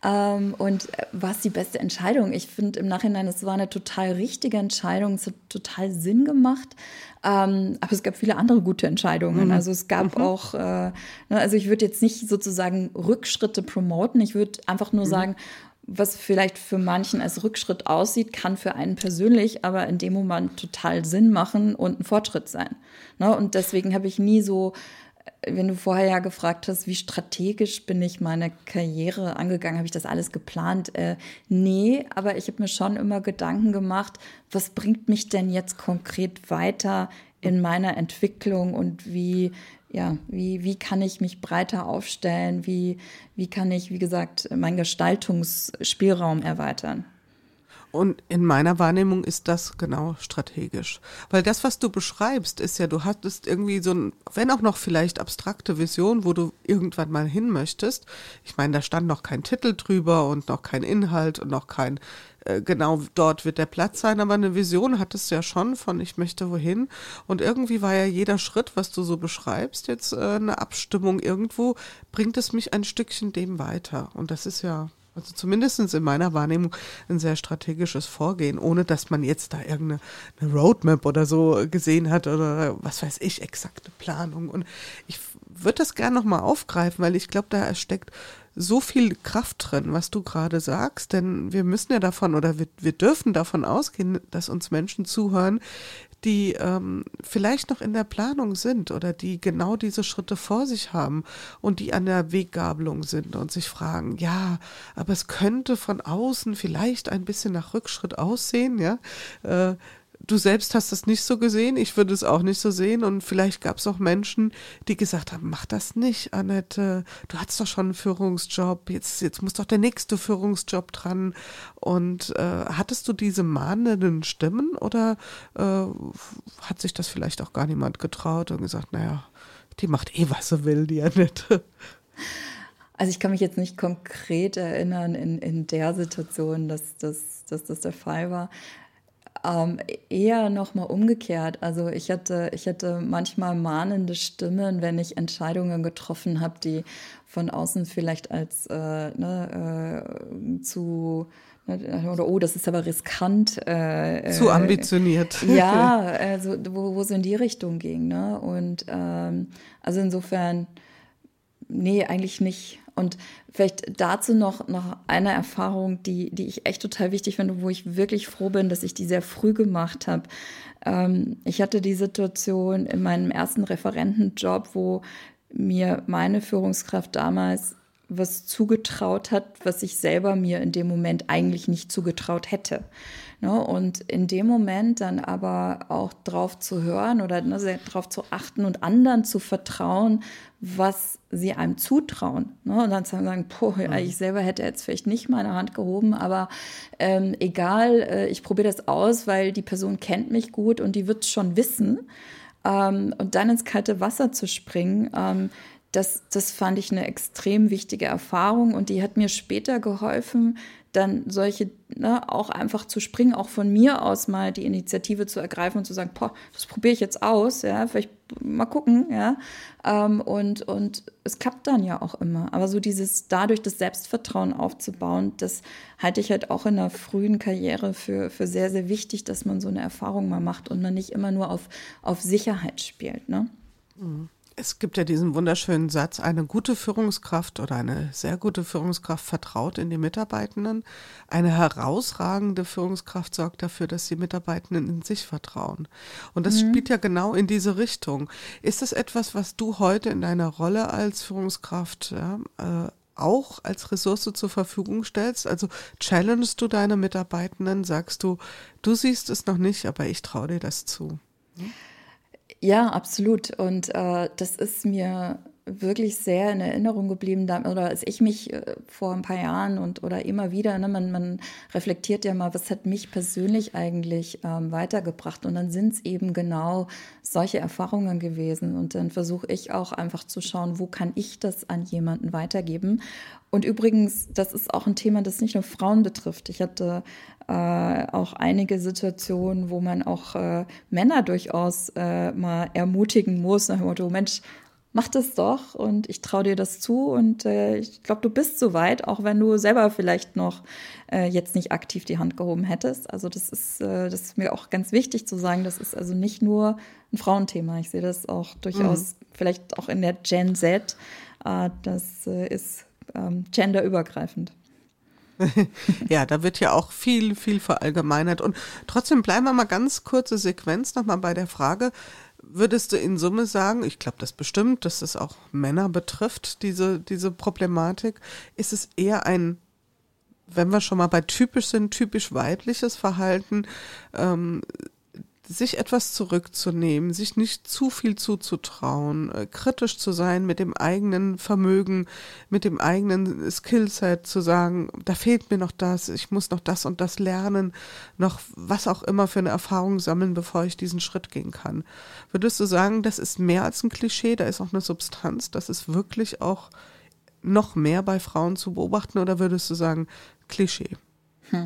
Und war es die beste Entscheidung? Ich finde im Nachhinein, es war eine total richtige Entscheidung, es hat total Sinn gemacht. Aber es gab viele andere gute Entscheidungen. Mhm. Also es gab mhm. auch, also ich würde jetzt nicht sozusagen Rückschritte promoten, ich würde einfach nur mhm. sagen, was vielleicht für manchen als Rückschritt aussieht, kann für einen persönlich aber in dem Moment total Sinn machen und ein Fortschritt sein. Ne? Und deswegen habe ich nie so, wenn du vorher ja gefragt hast, wie strategisch bin ich meine Karriere angegangen, habe ich das alles geplant? Äh, nee, aber ich habe mir schon immer Gedanken gemacht, was bringt mich denn jetzt konkret weiter in meiner Entwicklung und wie Ja, wie, wie kann ich mich breiter aufstellen? Wie, wie kann ich, wie gesagt, meinen Gestaltungsspielraum erweitern? Und in meiner Wahrnehmung ist das genau strategisch. Weil das, was du beschreibst, ist ja, du hattest irgendwie so ein, wenn auch noch vielleicht abstrakte Vision, wo du irgendwann mal hin möchtest. Ich meine, da stand noch kein Titel drüber und noch kein Inhalt und noch kein, äh, genau dort wird der Platz sein, aber eine Vision hattest du ja schon von, ich möchte wohin. Und irgendwie war ja jeder Schritt, was du so beschreibst, jetzt äh, eine Abstimmung irgendwo, bringt es mich ein Stückchen dem weiter. Und das ist ja... Also zumindest in meiner Wahrnehmung ein sehr strategisches Vorgehen, ohne dass man jetzt da irgendeine eine Roadmap oder so gesehen hat oder was weiß ich, exakte Planung. Und ich würde das gerne nochmal aufgreifen, weil ich glaube, da steckt so viel Kraft drin, was du gerade sagst, denn wir müssen ja davon oder wir, wir dürfen davon ausgehen, dass uns Menschen zuhören, die ähm, vielleicht noch in der Planung sind oder die genau diese Schritte vor sich haben und die an der Weggabelung sind und sich fragen, ja, aber es könnte von außen vielleicht ein bisschen nach Rückschritt aussehen, ja, äh, du selbst hast das nicht so gesehen, ich würde es auch nicht so sehen und vielleicht gab es auch Menschen, die gesagt haben, mach das nicht, Annette, du hattest doch schon einen Führungsjob, jetzt, jetzt muss doch der nächste Führungsjob dran und äh, hattest du diese mahnenden Stimmen oder äh, hat sich das vielleicht auch gar niemand getraut und gesagt, naja, die macht eh, was sie will, die Annette. Also ich kann mich jetzt nicht konkret erinnern in, in der Situation, dass, dass, dass das der Fall war. Ähm, eher nochmal umgekehrt. Also ich hatte, ich hatte manchmal mahnende Stimmen, wenn ich Entscheidungen getroffen habe, die von außen vielleicht als äh, ne, äh, zu oder oh, das ist aber riskant. Äh, zu ambitioniert. Äh, ja, also wo, wo es in die Richtung ging. Ne? Und ähm, also insofern, nee, eigentlich nicht. Und vielleicht dazu noch, noch eine Erfahrung, die, die ich echt total wichtig finde, wo ich wirklich froh bin, dass ich die sehr früh gemacht habe. Ähm, ich hatte die Situation in meinem ersten Referentenjob, wo mir meine Führungskraft damals was zugetraut hat, was ich selber mir in dem Moment eigentlich nicht zugetraut hätte. Ne? Und in dem Moment dann aber auch drauf zu hören oder ne, drauf zu achten und anderen zu vertrauen, was sie einem zutrauen. Ne? Und dann zu sagen, boah, ja, ich selber hätte jetzt vielleicht nicht meine Hand gehoben, aber ähm, egal, äh, ich probiere das aus, weil die Person kennt mich gut und die wird es schon wissen. Ähm, und dann ins kalte Wasser zu springen, ähm, Das, das fand ich eine extrem wichtige Erfahrung und die hat mir später geholfen, dann solche, ne, auch einfach zu springen, auch von mir aus mal die Initiative zu ergreifen und zu sagen, boah, das probiere ich jetzt aus, ja, vielleicht mal gucken, ja, ähm, und, und es klappt dann ja auch immer. Aber so dieses, dadurch das Selbstvertrauen aufzubauen, das halte ich halt auch in der frühen Karriere für, für sehr, sehr wichtig, dass man so eine Erfahrung mal macht und man nicht immer nur auf, auf Sicherheit spielt, ne? Mhm. Es gibt ja diesen wunderschönen Satz, eine gute Führungskraft oder eine sehr gute Führungskraft vertraut in die Mitarbeitenden. Eine herausragende Führungskraft sorgt dafür, dass die Mitarbeitenden in sich vertrauen. Und das mhm. spielt ja genau in diese Richtung. Ist das etwas, was du heute in deiner Rolle als Führungskraft ja, äh, auch als Ressource zur Verfügung stellst? Also challengest du deine Mitarbeitenden, sagst du, du siehst es noch nicht, aber ich traue dir das zu. Hm? Ja, absolut. Und äh, das ist mir wirklich sehr in Erinnerung geblieben, oder als ich mich vor ein paar Jahren und oder immer wieder, ne, man, man reflektiert ja mal, was hat mich persönlich eigentlich ähm, weitergebracht, und dann sind es eben genau solche Erfahrungen gewesen, und dann versuche ich auch einfach zu schauen, wo kann ich das an jemanden weitergeben. Und übrigens, das ist auch ein Thema, das nicht nur Frauen betrifft. Ich hatte äh, auch einige Situationen, wo man auch äh, Männer durchaus äh, mal ermutigen muss, nach dem Motto, Mensch, mach das doch und ich traue dir das zu, und äh, ich glaube, du bist soweit, auch wenn du selber vielleicht noch äh, jetzt nicht aktiv die Hand gehoben hättest. Also das ist, äh, das ist mir auch ganz wichtig zu sagen, das ist also nicht nur ein Frauenthema. Ich sehe das auch durchaus, mhm. vielleicht auch in der Gen Z, äh, das äh, ist ähm, genderübergreifend. Ja, da wird ja auch viel, viel verallgemeinert. Und trotzdem bleiben wir mal ganz kurze Sequenz nochmal bei der Frage, würdest du in Summe sagen, ich glaube das bestimmt, dass das auch Männer betrifft, diese, diese Problematik, ist es eher ein, wenn wir schon mal bei typisch sind, typisch weibliches Verhalten, ähm, sich etwas zurückzunehmen, sich nicht zu viel zuzutrauen, äh, kritisch zu sein mit dem eigenen Vermögen, mit dem eigenen Skillset, zu sagen, da fehlt mir noch das, ich muss noch das und das lernen, noch was auch immer für eine Erfahrung sammeln, bevor ich diesen Schritt gehen kann. Würdest du sagen, das ist mehr als ein Klischee, da ist auch eine Substanz, das ist wirklich auch noch mehr bei Frauen zu beobachten, oder würdest du sagen, Klischee? Hm.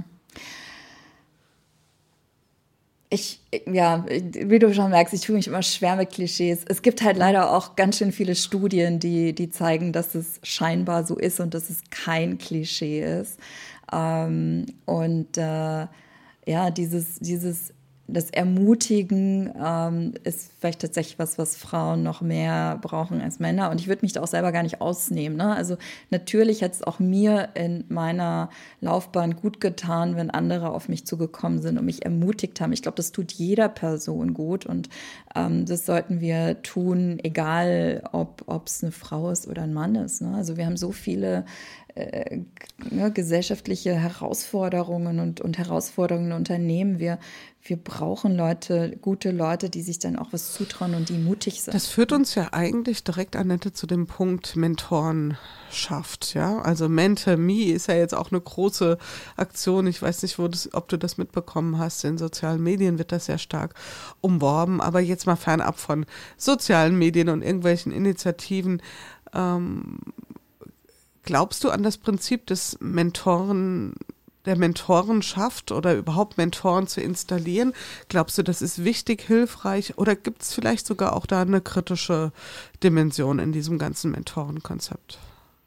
Ich, ja, wie du schon merkst, ich tue mich immer schwer mit Klischees. Es gibt halt leider auch ganz schön viele Studien, die, die zeigen, dass es scheinbar so ist und dass es kein Klischee ist. Ähm, und äh, ja, dieses, dieses das Ermutigen ähm, ist vielleicht tatsächlich was, was Frauen noch mehr brauchen als Männer. Und ich würde mich da auch selber gar nicht ausnehmen. Ne? Also natürlich hat es auch mir in meiner Laufbahn gut getan, wenn andere auf mich zugekommen sind und mich ermutigt haben. Ich glaube, das tut jeder Person gut. Und ähm, das sollten wir tun, egal ob es eine Frau ist oder ein Mann ist. Ne? Also wir haben so viele Äh, ne, gesellschaftliche Herausforderungen und, und Herausforderungen in Unternehmen. Wir, wir brauchen Leute, gute Leute, die sich dann auch was zutrauen und die mutig sind. Das führt uns ja eigentlich direkt, Annette, zu dem Punkt Mentorenschaft. Ja? Also Mentor Me ist ja jetzt auch eine große Aktion. Ich weiß nicht, wo das, ob du das mitbekommen hast. In sozialen Medien wird das sehr stark umworben. Aber jetzt mal fernab von sozialen Medien und irgendwelchen Initiativen. Ähm, Glaubst du an das Prinzip des Mentoren, der Mentorenschaft oder überhaupt Mentoren zu installieren? Glaubst du, das ist wichtig, hilfreich, oder gibt es vielleicht sogar auch da eine kritische Dimension in diesem ganzen Mentorenkonzept?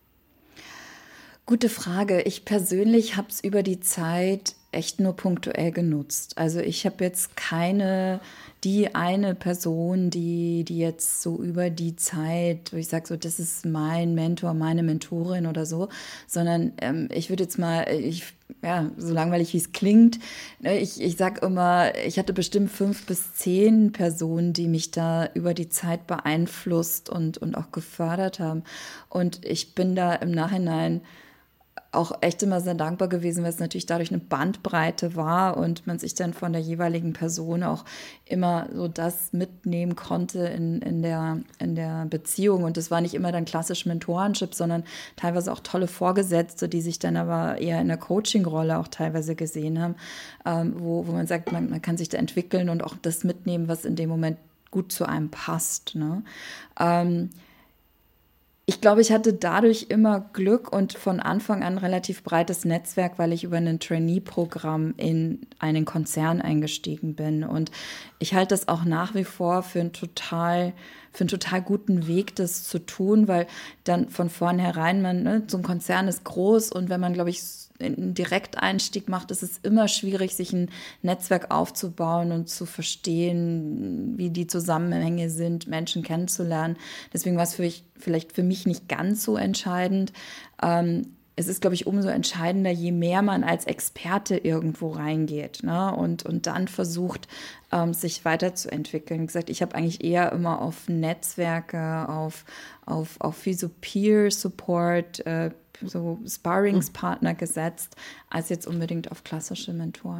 Gute Frage. Ich persönlich habe es über die Zeit echt nur punktuell genutzt. Also ich habe jetzt keine, die eine Person, die, die jetzt so über die Zeit, wo ich sage, so, das ist mein Mentor, meine Mentorin oder so, sondern ähm, ich würde jetzt mal, ich, ja, so langweilig wie es klingt, ich, ich sage immer, ich hatte bestimmt fünf bis zehn Personen, die mich da über die Zeit beeinflusst und, und auch gefördert haben. Und ich bin da im Nachhinein auch echt immer sehr dankbar gewesen, weil es natürlich dadurch eine Bandbreite war und man sich dann von der jeweiligen Person auch immer so das mitnehmen konnte in, in, der, in der Beziehung. Und das war nicht immer dann klassisch Mentorenship, sondern teilweise auch tolle Vorgesetzte, die sich dann aber eher in der Coaching-Rolle auch teilweise gesehen haben, ähm, wo, wo man sagt, man, man kann sich da entwickeln und auch das mitnehmen, was in dem Moment gut zu einem passt. Ne? Ähm, Ich glaube, ich hatte dadurch immer Glück und von Anfang an relativ breites Netzwerk, weil ich über ein Trainee-Programm in einen Konzern eingestiegen bin. Und ich halte das auch nach wie vor für einen total, für einen total guten Weg, das zu tun, weil dann von vornherein man, ne, so ein Konzern ist groß und wenn man, glaube ich, einen Direkteinstieg macht, ist es immer schwierig, sich ein Netzwerk aufzubauen und zu verstehen, wie die Zusammenhänge sind, Menschen kennenzulernen. Deswegen war es für mich, vielleicht für mich nicht ganz so entscheidend. Ähm, es ist, glaube ich, umso entscheidender, je mehr man als Experte irgendwo reingeht, ne? und, und dann versucht, ähm, sich weiterzuentwickeln. Wie gesagt, ich habe eigentlich eher immer auf Netzwerke, auf, auf, auf wie so Peer-Support, äh, so Sparringspartner gesetzt, als jetzt unbedingt auf klassische Mentoren.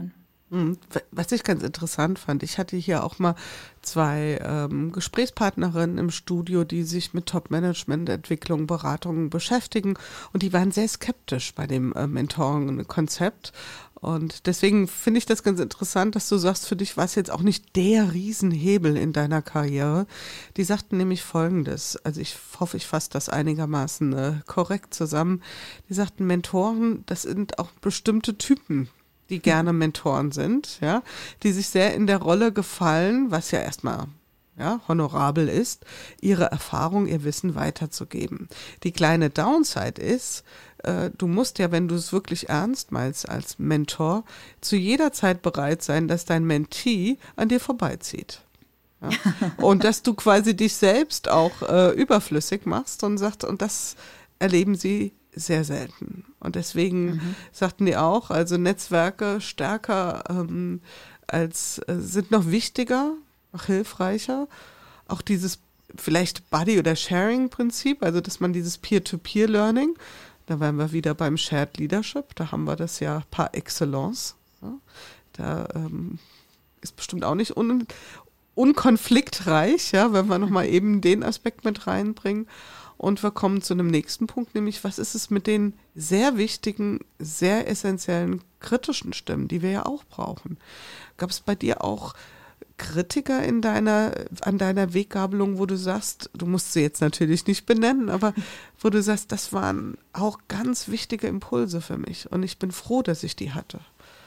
Was ich ganz interessant fand, ich hatte hier auch mal zwei ähm, Gesprächspartnerinnen im Studio, die sich mit Top-Management-Entwicklung, Beratungen beschäftigen und die waren sehr skeptisch bei dem äh, Mentoring-Konzept. Und deswegen finde ich das ganz interessant, dass du sagst, für dich war es jetzt auch nicht der Riesenhebel in deiner Karriere. Die sagten nämlich Folgendes, also ich hoffe, ich fasse das einigermaßen äh, korrekt zusammen. Die sagten, Mentoren, das sind auch bestimmte Typen, die gerne Mentoren sind, ja, die sich sehr in der Rolle gefallen, was ja erstmal ja, honorabel ist, ihre Erfahrung, ihr Wissen weiterzugeben. Die kleine Downside ist, äh, du musst ja, wenn du es wirklich ernst meinst als Mentor, zu jeder Zeit bereit sein, dass dein Mentee an dir vorbeizieht. Ja? Und dass du quasi dich selbst auch äh, überflüssig machst und sagst, und das erleben sie sehr selten. Und deswegen mhm. sagten die auch, also Netzwerke stärker ähm, als äh, sind noch wichtiger, noch hilfreicher. Auch dieses vielleicht Buddy- oder Sharing-Prinzip, also dass man dieses Peer-to-Peer-Learning, da wären wir wieder beim Shared Leadership, da haben wir das ja par excellence. Ja? Da ähm, ist bestimmt auch nicht un- unkonfliktreich, ja, wenn wir nochmal eben den Aspekt mit reinbringen. Und wir kommen zu einem nächsten Punkt, nämlich was ist es mit den sehr wichtigen, sehr essentiellen kritischen Stimmen, die wir ja auch brauchen. Gab es bei dir auch Kritiker in deiner, an deiner Weggabelung, wo du sagst, du musst sie jetzt natürlich nicht benennen, aber wo du sagst, das waren auch ganz wichtige Impulse für mich und ich bin froh, dass ich die hatte.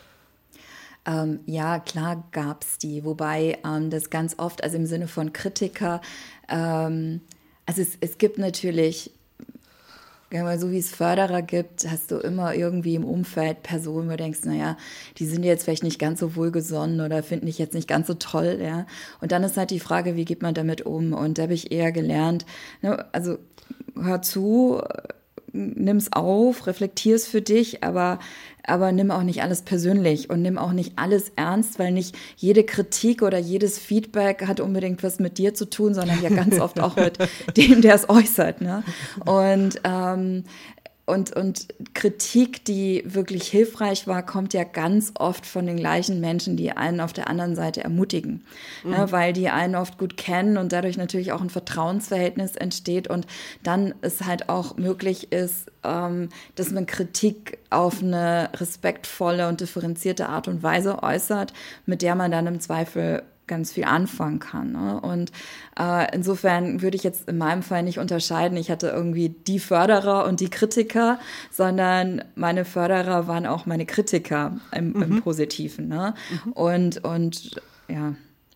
Ähm, ja, klar gab es die, wobei ähm, das ganz oft, also im Sinne von Kritiker, ähm, also es, es gibt natürlich, so wie es Förderer gibt, hast du immer irgendwie im Umfeld Personen, wo du denkst, naja, die sind jetzt vielleicht nicht ganz so wohlgesonnen oder finden dich jetzt nicht ganz so toll, ja. Und dann ist halt die Frage, wie geht man damit um? Und da habe ich eher gelernt, ne, also hör zu, nimm's auf, reflektier's für dich, aber, aber nimm auch nicht alles persönlich und nimm auch nicht alles ernst, weil nicht jede Kritik oder jedes Feedback hat unbedingt was mit dir zu tun, sondern ja ganz oft auch mit dem, der es äußert, ne? Und, ähm, Und, und Kritik, die wirklich hilfreich war, kommt ja ganz oft von den gleichen Menschen, die einen auf der anderen Seite ermutigen, mhm. ne, weil die einen oft gut kennen und dadurch natürlich auch ein Vertrauensverhältnis entsteht und dann es halt auch möglich ist, ähm, dass man Kritik auf eine respektvolle und differenzierte Art und Weise äußert, mit der man dann im Zweifel ganz viel anfangen kann. Ne? Und äh, insofern würde ich jetzt in meinem Fall nicht unterscheiden, ich hatte irgendwie die Förderer und die Kritiker, sondern meine Förderer waren auch meine Kritiker im, mhm. im Positiven. Ne? Mhm. Und, und ja,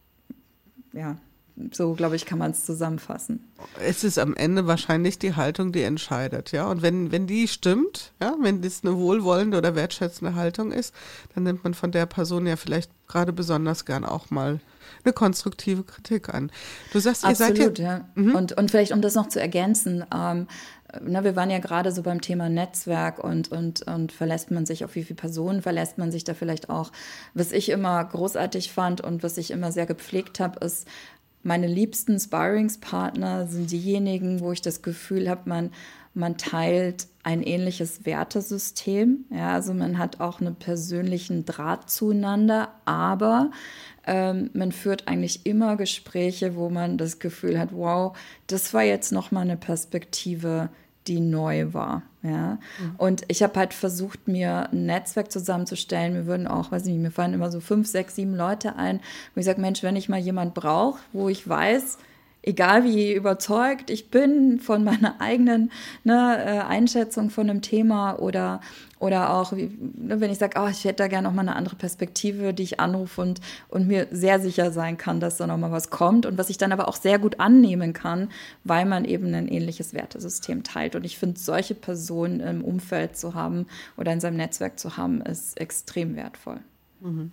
ja, so, glaube ich, kann man es zusammenfassen. Es ist am Ende wahrscheinlich die Haltung, die entscheidet, ja. Und wenn, wenn die stimmt, ja, wenn das eine wohlwollende oder wertschätzende Haltung ist, dann nimmt man von der Person ja vielleicht gerade besonders gern auch mal eine konstruktive Kritik an. Du sagst, ihr Absolut, seid ja... ja. Mhm. Und, und vielleicht, um das noch zu ergänzen, ähm, na, wir waren ja gerade so beim Thema Netzwerk und, und, und verlässt man sich, auf wie viele Personen verlässt man sich da vielleicht auch. Was ich immer großartig fand und was ich immer sehr gepflegt habe, ist, meine liebsten Sparringspartner sind diejenigen, wo ich das Gefühl habe, man, man teilt ein ähnliches Wertesystem. Ja, also man hat auch einen persönlichen Draht zueinander, aber ähm, man führt eigentlich immer Gespräche, wo man das Gefühl hat, wow, das war jetzt nochmal eine Perspektive, die neu war. Ja? Mhm. Und ich habe halt versucht, mir ein Netzwerk zusammenzustellen. Mir würden auch, weiß nicht, mir fallen immer so fünf, sechs, sieben Leute ein, wo ich sage, Mensch, wenn ich mal jemand brauche, wo ich weiß, egal wie überzeugt ich bin von meiner eigenen ne, Einschätzung von einem Thema oder, oder auch, wie, wenn ich sage, oh, ich hätte da gerne noch mal eine andere Perspektive, die ich anrufe und, und mir sehr sicher sein kann, dass da noch mal was kommt und was ich dann aber auch sehr gut annehmen kann, weil man eben ein ähnliches Wertesystem teilt. Und ich finde, solche Personen im Umfeld zu haben oder in seinem Netzwerk zu haben, ist extrem wertvoll. Mhm.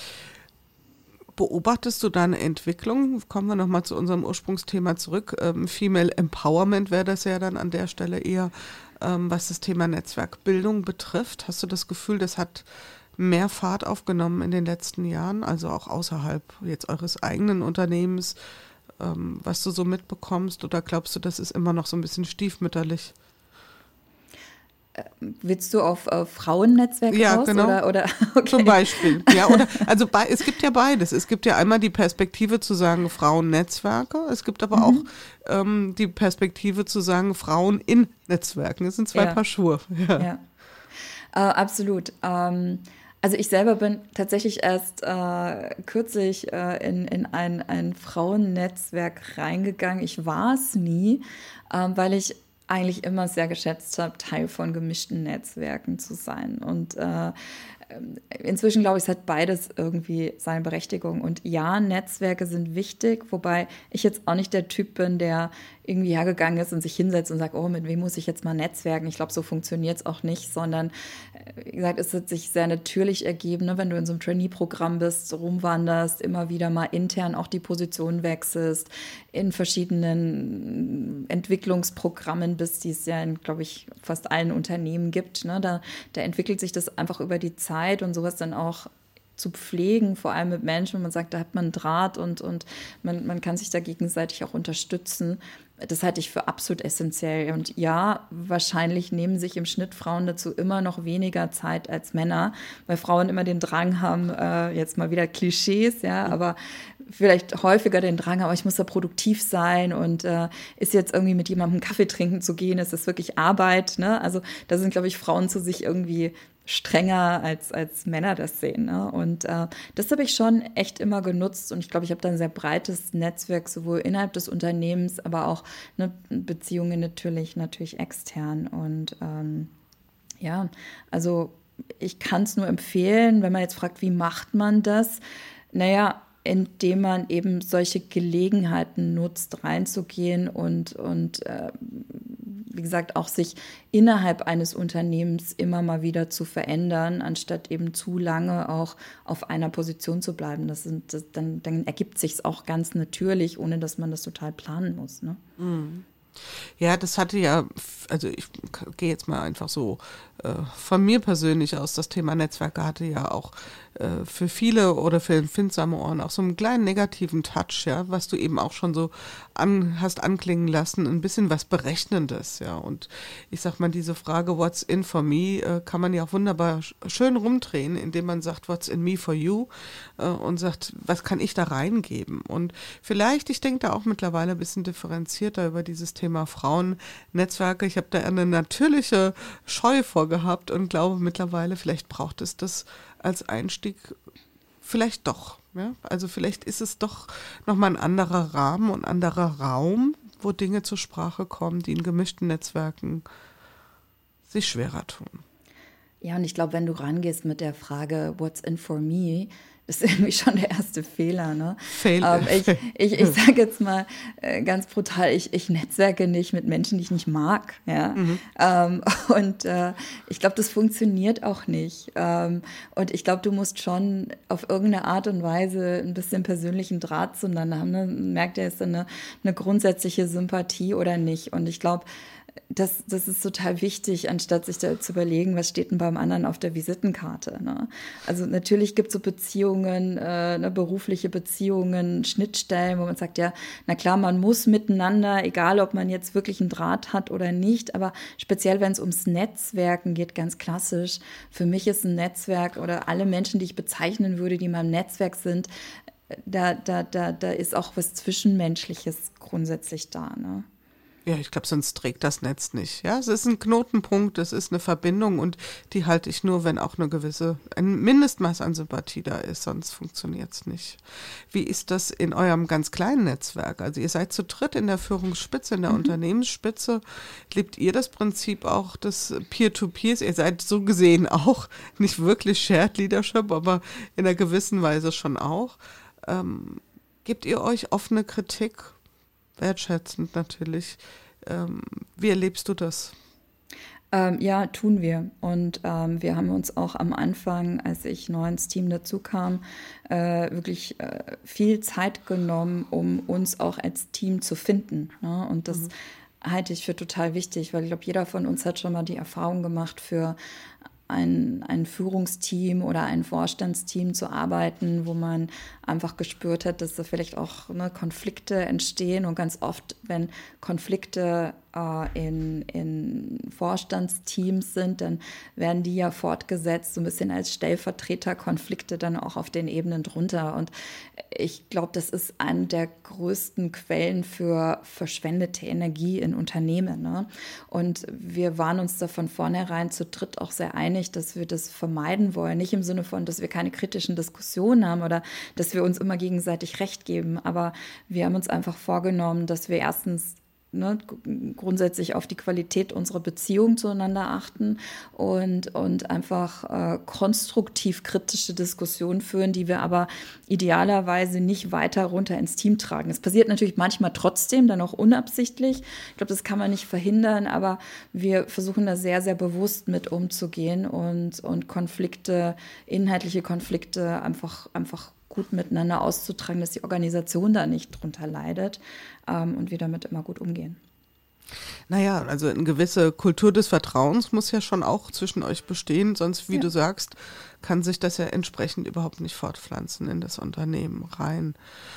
Beobachtest du da eine Entwicklung? Kommen wir nochmal zu unserem Ursprungsthema zurück. Ähm, Female Empowerment wäre das ja dann an der Stelle eher, ähm, was das Thema Netzwerkbildung betrifft. Hast du das Gefühl, das hat mehr Fahrt aufgenommen in den letzten Jahren, also auch außerhalb jetzt eures eigenen Unternehmens, ähm, was du so mitbekommst? Oder glaubst du, das ist immer noch so ein bisschen stiefmütterlich? Willst du auf äh, Frauennetzwerke ja, raus? Genau. Oder, oder, okay. Zum Beispiel. Ja, oder, also bei, es gibt ja beides. Es gibt ja einmal die Perspektive zu sagen Frauennetzwerke. Es gibt aber mhm. auch ähm, die Perspektive zu sagen Frauen in Netzwerken. Das sind zwei ja. Paar Schuhe. Ja, ja. Äh, absolut. Ähm, also ich selber bin tatsächlich erst äh, kürzlich äh, in, in ein, ein Frauennetzwerk reingegangen. Ich war es nie, äh, weil ich eigentlich immer sehr geschätzt habe, Teil von gemischten Netzwerken zu sein. Und äh, inzwischen, glaube ich, es hat beides irgendwie seine Berechtigung. Und ja, Netzwerke sind wichtig, wobei ich jetzt auch nicht der Typ bin, der irgendwie hergegangen ist und sich hinsetzt und sagt, oh, mit wem muss ich jetzt mal netzwerken? Ich glaube, so funktioniert es auch nicht, sondern, wie gesagt, es hat sich sehr natürlich ergeben, ne? Wenn du in so einem Trainee-Programm bist, rumwanderst, immer wieder mal intern auch die Position wechselst, in verschiedenen Entwicklungsprogrammen bist, die es ja in, glaube ich, fast allen Unternehmen gibt. Ne? Da, da entwickelt sich das einfach über die Zeit und sowas dann auch zu pflegen, vor allem mit Menschen, wenn man sagt, da hat man einen Draht und, und man, man kann sich da gegenseitig auch unterstützen. Das halte ich für absolut essentiell. Und ja, wahrscheinlich nehmen sich im Schnitt Frauen dazu immer noch weniger Zeit als Männer, weil Frauen immer den Drang haben, äh, jetzt mal wieder Klischees, ja, aber vielleicht häufiger den Drang haben, aber ich muss da produktiv sein und äh, ist jetzt irgendwie mit jemandem Kaffee trinken zu gehen, ist das wirklich Arbeit, ne? Also da sind, glaube ich, Frauen zu sich irgendwie strenger als, als Männer das sehen. Ne? Und äh, das habe ich schon echt immer genutzt und ich glaube, ich habe da ein sehr breites Netzwerk, sowohl innerhalb des Unternehmens, aber auch ne, Beziehungen natürlich, natürlich extern. Und ähm, ja, also ich kann es nur empfehlen, wenn man jetzt fragt, wie macht man das? Naja, indem man eben solche Gelegenheiten nutzt, reinzugehen und, und äh, wie gesagt, auch sich innerhalb eines Unternehmens immer mal wieder zu verändern, anstatt eben zu lange auch auf einer Position zu bleiben. Das sind, das, dann, dann ergibt sich es auch ganz natürlich, ohne dass man das total planen muss. Ne? Mhm. Ja, das hatte ja, also ich gehe jetzt mal einfach so äh, von mir persönlich aus, das Thema Netzwerke hatte ja auch äh, für viele oder für empfindsame Ohren auch so einen kleinen negativen Touch, ja, was du eben auch schon so an, hast anklingen lassen, ein bisschen was Berechnendes, ja, und ich sag mal, diese Frage, what's in for me, äh, kann man ja auch wunderbar sch- schön rumdrehen, indem man sagt, what's in me for you, äh, und sagt, was kann ich da reingeben? Und vielleicht, ich denke da auch mittlerweile ein bisschen differenzierter über dieses Thema Frauennetzwerke. Ich habe da eine natürliche Scheu vorgehabt und glaube mittlerweile, vielleicht braucht es das als Einstieg vielleicht doch. Ja? Also vielleicht ist es doch nochmal ein anderer Rahmen und ein anderer Raum, wo Dinge zur Sprache kommen, die in gemischten Netzwerken sich schwerer tun. Ja, und ich glaube, wenn du rangehst mit der Frage, what's in for me, ist irgendwie schon der erste Fehler. Ne? Fail. Ähm, ich ich, ich sage jetzt mal äh, ganz brutal, ich, ich netzwerke nicht mit Menschen, die ich nicht mag. Ja? Mhm. Ähm, und äh, ich glaube, das funktioniert auch nicht. Ähm, und ich glaube, du musst schon auf irgendeine Art und Weise ein bisschen persönlichen Draht zueinander haben. Ne? Man merkt ja, ist da eine, eine grundsätzliche Sympathie oder nicht. Und ich glaube, Das, das ist total wichtig, anstatt sich da zu überlegen, was steht denn beim anderen auf der Visitenkarte. Ne? Also natürlich gibt es so Beziehungen, äh, ne, berufliche Beziehungen, Schnittstellen, wo man sagt, ja, na klar, man muss miteinander, egal ob man jetzt wirklich einen Draht hat oder nicht, aber speziell, wenn es ums Netzwerken geht, ganz klassisch, für mich ist ein Netzwerk oder alle Menschen, die ich bezeichnen würde, die in meinem Netzwerk sind, da, da, da, da ist auch was Zwischenmenschliches grundsätzlich da, ne? Ja, ich glaube, sonst trägt das Netz nicht. Ja, es ist ein Knotenpunkt, es ist eine Verbindung und die halte ich nur, wenn auch eine gewisse, ein Mindestmaß an Sympathie da ist, sonst funktioniert es nicht. Wie ist das in eurem ganz kleinen Netzwerk? Also ihr seid zu dritt in der Führungsspitze, in der mhm. Unternehmensspitze. Lebt ihr das Prinzip auch des Peer-to-Peers? Ihr seid so gesehen auch nicht wirklich Shared Leadership, aber in einer gewissen Weise schon auch. Ähm, gebt ihr euch offene Kritik? Wertschätzend natürlich. Ähm, wie erlebst du das? Ähm, ja, tun wir. Und ähm, wir haben uns auch am Anfang, als ich neu ins Team dazu kam, äh, wirklich äh, viel Zeit genommen, um uns auch als Team zu finden. Ne? Und das mhm. halte ich für total wichtig, weil ich glaube, jeder von uns hat schon mal die Erfahrung gemacht, für ein, ein Führungsteam oder ein Vorstandsteam zu arbeiten, wo man einfach gespürt hat, dass da vielleicht auch ne, Konflikte entstehen. Und ganz oft, wenn Konflikte äh, in, in Vorstandsteams sind, dann werden die ja fortgesetzt, so ein bisschen als Stellvertreterkonflikte dann auch auf den Ebenen drunter. Und ich glaube, das ist eine der größten Quellen für verschwendete Energie in Unternehmen. Ne? Und wir waren uns da von vornherein zu dritt auch sehr einig, dass wir das vermeiden wollen. Nicht im Sinne von, dass wir keine kritischen Diskussionen haben oder dass wir uns immer gegenseitig Recht geben. Aber wir haben uns einfach vorgenommen, dass wir erstens Ne, grundsätzlich auf die Qualität unserer Beziehung zueinander achten und, und einfach äh, konstruktiv kritische Diskussionen führen, die wir aber idealerweise nicht weiter runter ins Team tragen. Es passiert natürlich manchmal trotzdem, dann auch unabsichtlich. Ich glaube, das kann man nicht verhindern, aber wir versuchen da sehr, sehr bewusst mit umzugehen und, und Konflikte, inhaltliche Konflikte einfach, einfach gut miteinander auszutragen, dass die Organisation da nicht drunter leidet ähm, und wir damit immer gut umgehen. Naja, also eine gewisse Kultur des Vertrauens muss ja schon auch zwischen euch bestehen, sonst, wie ja. du sagst, kann sich das ja entsprechend überhaupt nicht fortpflanzen in das Unternehmen rein.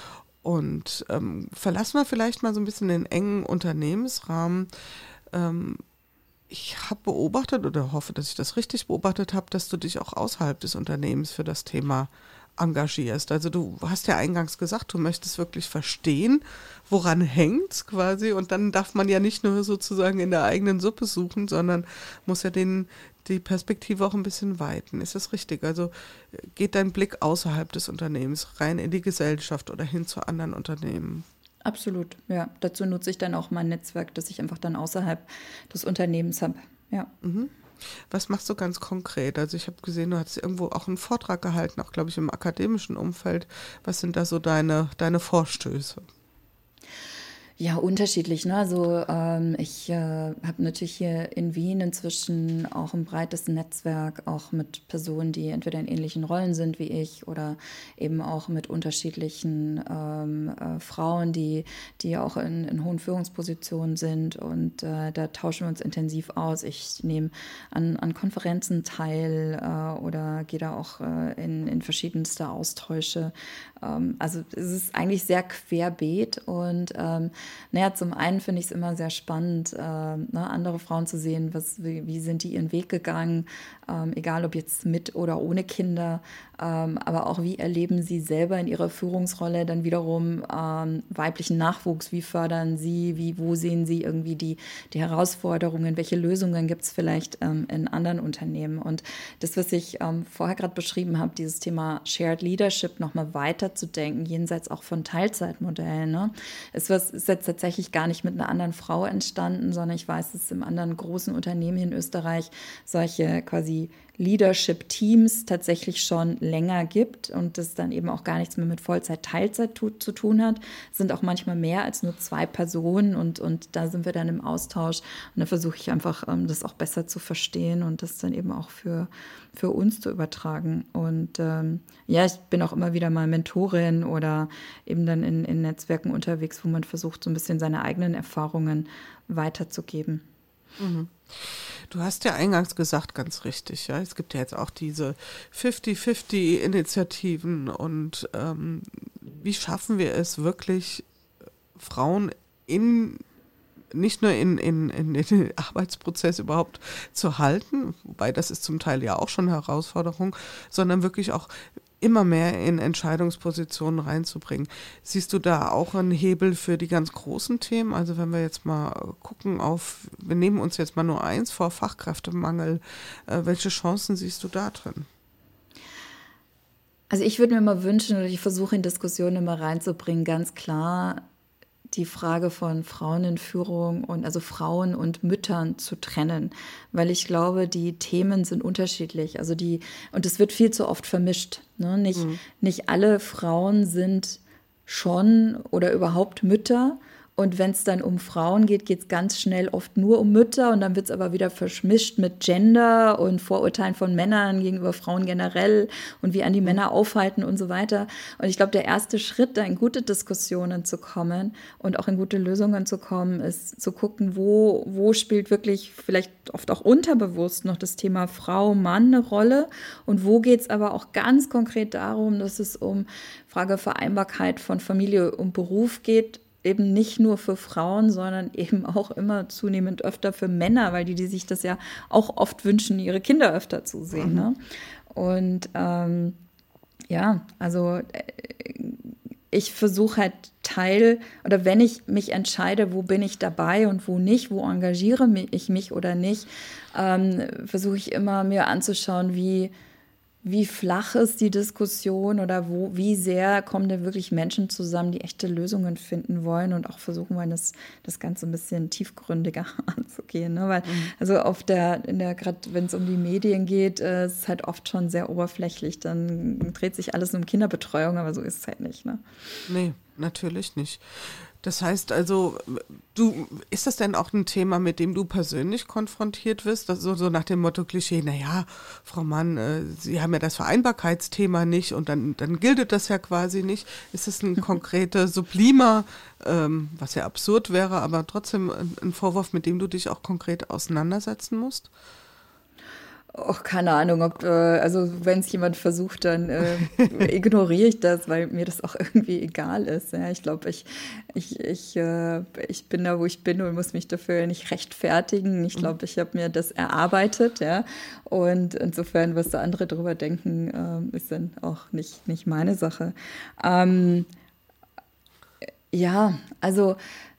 Und ähm, verlassen wir vielleicht mal so ein bisschen den engen Unternehmensrahmen. Ähm, ich habe beobachtet oder hoffe, dass ich das richtig beobachtet habe, dass du dich auch außerhalb des Unternehmens für das Thema engagierst. Also du hast ja eingangs gesagt, du möchtest wirklich verstehen, woran hängt's quasi, und dann darf man ja nicht nur sozusagen in der eigenen Suppe suchen, sondern muss ja den, die Perspektive auch ein bisschen weiten. Ist das richtig? Also geht dein Blick außerhalb des Unternehmens rein in die Gesellschaft oder hin zu anderen Unternehmen? Absolut, ja. Dazu nutze ich dann auch mein Netzwerk, das ich einfach dann außerhalb des Unternehmens habe. Ja. Mhm. Was machst du ganz konkret? Also ich habe gesehen, du hattest irgendwo auch einen Vortrag gehalten, auch glaube ich im akademischen Umfeld. Was sind da so deine, deine Vorstöße? Ja, unterschiedlich. Ne? Also ähm, ich äh, habe natürlich hier in Wien inzwischen auch ein breites Netzwerk, auch mit Personen, die entweder in ähnlichen Rollen sind wie ich oder eben auch mit unterschiedlichen ähm, äh, Frauen, die, die auch in, in hohen Führungspositionen sind. Und äh, da tauschen wir uns intensiv aus. Ich nehme an, an Konferenzen teil äh, oder gehe da auch äh, in, in verschiedenste Austausche. Ähm, also es ist eigentlich sehr querbeet und ähm, naja, zum einen finde ich es immer sehr spannend, äh, ne, andere Frauen zu sehen, was, wie, wie sind die ihren Weg gegangen, ähm, egal ob jetzt mit oder ohne Kinder, ähm, aber auch wie erleben sie selber in ihrer Führungsrolle dann wiederum ähm, weiblichen Nachwuchs, wie fördern sie, wie, wo sehen sie irgendwie die, die Herausforderungen, welche Lösungen gibt es vielleicht ähm, in anderen Unternehmen. Und das, was ich ähm, vorher gerade beschrieben habe, dieses Thema Shared Leadership nochmal weiterzudenken, jenseits auch von Teilzeitmodellen, ne? ist, was, ist jetzt tatsächlich gar nicht mit einer anderen Frau entstanden, sondern ich weiß, dass es im anderen großen Unternehmen hier in Österreich solche quasi Leadership-Teams tatsächlich schon länger gibt und das dann eben auch gar nichts mehr mit Vollzeit-Teilzeit tu- zu tun hat. Es sind auch manchmal mehr als nur zwei Personen und, und da sind wir dann im Austausch und da versuche ich einfach, ähm, das auch besser zu verstehen und das dann eben auch für, für uns zu übertragen. Und ähm, ja, ich bin auch immer wieder mal Mentorin oder eben dann in, in Netzwerken unterwegs, wo man versucht, so ein bisschen seine eigenen Erfahrungen weiterzugeben. Mhm. Du hast ja eingangs gesagt, ganz richtig, ja, es gibt ja jetzt auch diese fünfzig fünfzig Initiativen und ähm, wie schaffen wir es wirklich, Frauen in nicht nur in, in, in den Arbeitsprozess überhaupt zu halten, wobei das ist zum Teil ja auch schon eine Herausforderung, sondern wirklich auch immer mehr in Entscheidungspositionen reinzubringen. Siehst du da auch einen Hebel für die ganz großen Themen? Also wenn wir jetzt mal gucken auf, wir nehmen uns jetzt mal nur eins vor, Fachkräftemangel, äh, welche Chancen siehst du da drin? Also ich würde mir mal wünschen, oder ich versuche in Diskussionen immer reinzubringen, ganz klar die Frage von Frauen in Führung und also Frauen und Müttern zu trennen, weil ich glaube, die Themen sind unterschiedlich. Also die, und es wird viel zu oft vermischt. Ne? Nicht, mhm. nicht alle Frauen sind schon oder überhaupt Mütter Und wenn es dann um Frauen geht, geht es ganz schnell oft nur um Mütter und dann wird es aber wieder verschmischt mit Gender und Vorurteilen von Männern gegenüber Frauen generell und wie an die Männer aufhalten und so weiter. Und ich glaube, der erste Schritt, da in gute Diskussionen zu kommen und auch in gute Lösungen zu kommen, ist zu gucken, wo, wo spielt wirklich vielleicht oft auch unterbewusst noch das Thema Frau, Mann eine Rolle und wo geht es aber auch ganz konkret darum, dass es um Frage Vereinbarkeit von Familie und Beruf geht, eben nicht nur für Frauen, sondern eben auch immer zunehmend öfter für Männer, weil die, die sich das ja auch oft wünschen, ihre Kinder öfter zu sehen. Mhm. Ne? Und ähm, ja, also ich versuche halt Teil, oder wenn ich mich entscheide, wo bin ich dabei und wo nicht, wo engagiere ich mich oder nicht, ähm, versuche ich immer mir anzuschauen, wie Wie flach ist die Diskussion oder wo, wie sehr kommen denn wirklich Menschen zusammen, die echte Lösungen finden wollen und auch versuchen wollen, das, das Ganze ein bisschen tiefgründiger anzugehen. Ne? Weil, mhm. also auf der, in der, gerade wenn es um die Medien geht, äh, ist es halt oft schon sehr oberflächlich. Dann dreht sich alles um Kinderbetreuung, aber so ist es halt nicht. Ne? Nee, natürlich nicht. Das heißt also, du, ist das denn auch ein Thema, mit dem du persönlich konfrontiert wirst? Also so nach dem Motto Klischee, naja, Frau Mann, äh, Sie haben ja das Vereinbarkeitsthema nicht und dann, dann gilt das ja quasi nicht. Ist das ein konkreter, sublimer, ähm, was ja absurd wäre, aber trotzdem ein, ein Vorwurf, mit dem du dich auch konkret auseinandersetzen musst? Och, keine Ahnung, ob, äh, also wenn es jemand versucht, dann äh, ignoriere ich das, weil mir das auch irgendwie egal ist. Ja, ich glaube, ich, ich, ich, äh, ich bin da, wo ich bin und muss mich dafür nicht rechtfertigen. Ich glaube, ich habe mir das erarbeitet, ja. Und insofern, was da andere drüber denken, äh, ist dann auch nicht, nicht meine Sache. Ähm, ja, also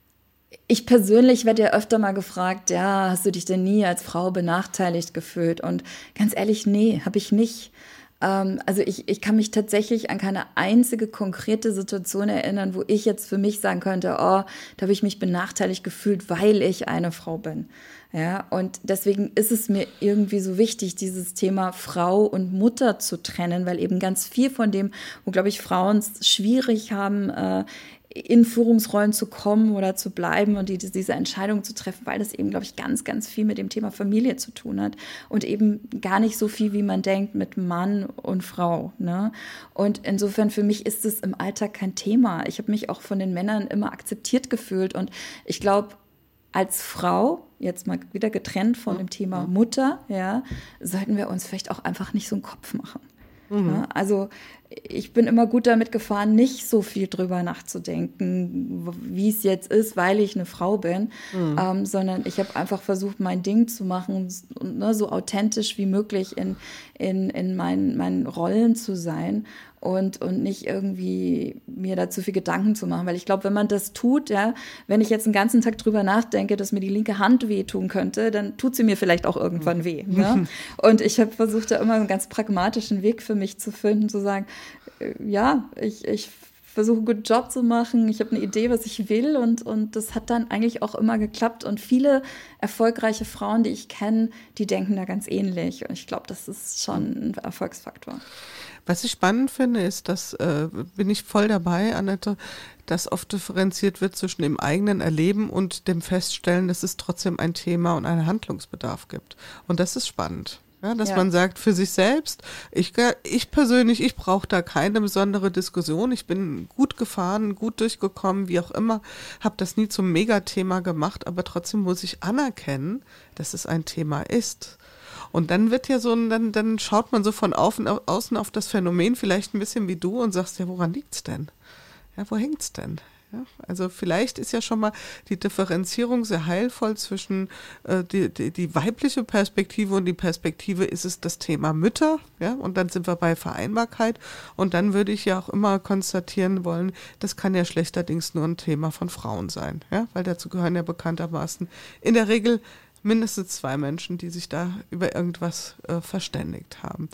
ich persönlich werde ja öfter mal gefragt, ja, hast du dich denn nie als Frau benachteiligt gefühlt? Und ganz ehrlich, nee, habe ich nicht. Ähm, also ich, ich kann mich tatsächlich an keine einzige konkrete Situation erinnern, wo ich jetzt für mich sagen könnte, oh, da habe ich mich benachteiligt gefühlt, weil ich eine Frau bin. Ja, und deswegen ist es mir irgendwie so wichtig, dieses Thema Frau und Mutter zu trennen, weil eben ganz viel von dem, wo, glaube ich, Frauen es schwierig haben, äh, in Führungsrollen zu kommen oder zu bleiben und die, diese Entscheidung zu treffen, weil das eben, glaube ich, ganz, ganz viel mit dem Thema Familie zu tun hat und eben gar nicht so viel, wie man denkt, mit Mann und Frau. Ne? Und insofern für mich ist es im Alltag kein Thema. Ich habe mich auch von den Männern immer akzeptiert gefühlt und ich glaube, als Frau, jetzt mal wieder getrennt von dem Thema Mutter, ja, sollten wir uns vielleicht auch einfach nicht so einen Kopf machen. Mhm. Ja, also ich bin immer gut damit gefahren, nicht so viel drüber nachzudenken, wie es jetzt ist, weil ich eine Frau bin, mhm. ähm, sondern ich habe einfach versucht, mein Ding zu machen und ne, so authentisch wie möglich in, in, in meinen, meinen Rollen zu sein und, und nicht irgendwie mir da zu viel Gedanken zu machen, weil ich glaube, wenn man das tut, ja, wenn ich jetzt den ganzen Tag drüber nachdenke, dass mir die linke Hand wehtun könnte, dann tut sie mir vielleicht auch irgendwann weh. Ne? Und ich habe versucht, da immer einen ganz pragmatischen Weg für mich zu finden, zu sagen, ja, ich, ich versuche einen guten Job zu machen, ich habe eine Idee, was ich will und, und das hat dann eigentlich auch immer geklappt und viele erfolgreiche Frauen, die ich kenne, die denken da ganz ähnlich und ich glaube, das ist schon ein Erfolgsfaktor. Was ich spannend finde, ist, dass, äh, bin ich voll dabei, Annette, dass oft differenziert wird zwischen dem eigenen Erleben und dem Feststellen, dass es trotzdem ein Thema und einen Handlungsbedarf gibt. Und das ist spannend. Ja, dass ja. man sagt, für sich selbst, ich, ich persönlich, ich brauche da keine besondere Diskussion, ich bin gut gefahren, gut durchgekommen, wie auch immer, habe das nie zum Megathema gemacht, aber trotzdem muss ich anerkennen, dass es ein Thema ist. Und dann wird ja so, ein, dann, dann schaut man so von außen, außen auf das Phänomen vielleicht ein bisschen wie du und sagst, ja, woran liegt's denn? Ja, wo hängt's denn? Ja, also vielleicht ist ja schon mal die Differenzierung sehr heilvoll zwischen äh, die, die, die weibliche Perspektive und die Perspektive, ist es das Thema Mütter, ja, und dann sind wir bei Vereinbarkeit und dann würde ich ja auch immer konstatieren wollen, das kann ja schlechterdings nur ein Thema von Frauen sein, ja, weil dazu gehören ja bekanntermaßen in der Regel mindestens zwei Menschen, die sich da über irgendwas äh, verständigt haben.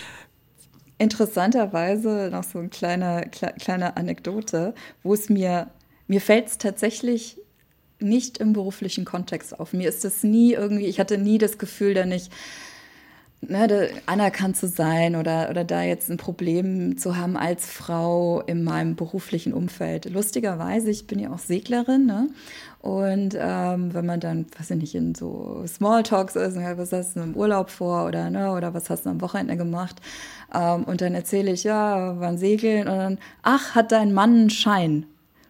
Interessanterweise noch so eine kleine, kle- kleine Anekdote, wo es mir, mir fällt es tatsächlich nicht im beruflichen Kontext auf. Mir ist das nie irgendwie, ich hatte nie das Gefühl, dass ich ne, da anerkannt zu sein oder, oder da jetzt ein Problem zu haben als Frau in meinem beruflichen Umfeld. Lustigerweise, ich bin ja auch Seglerin, ne? Und ähm, wenn man dann, weiß ich nicht, in so Smalltalks ist, ja, was hast du im Urlaub vor oder, ne, oder was hast du am Wochenende gemacht? Ähm, und dann erzähle ich, ja, wir waren segeln und dann, ach, hat dein Mann einen Schein?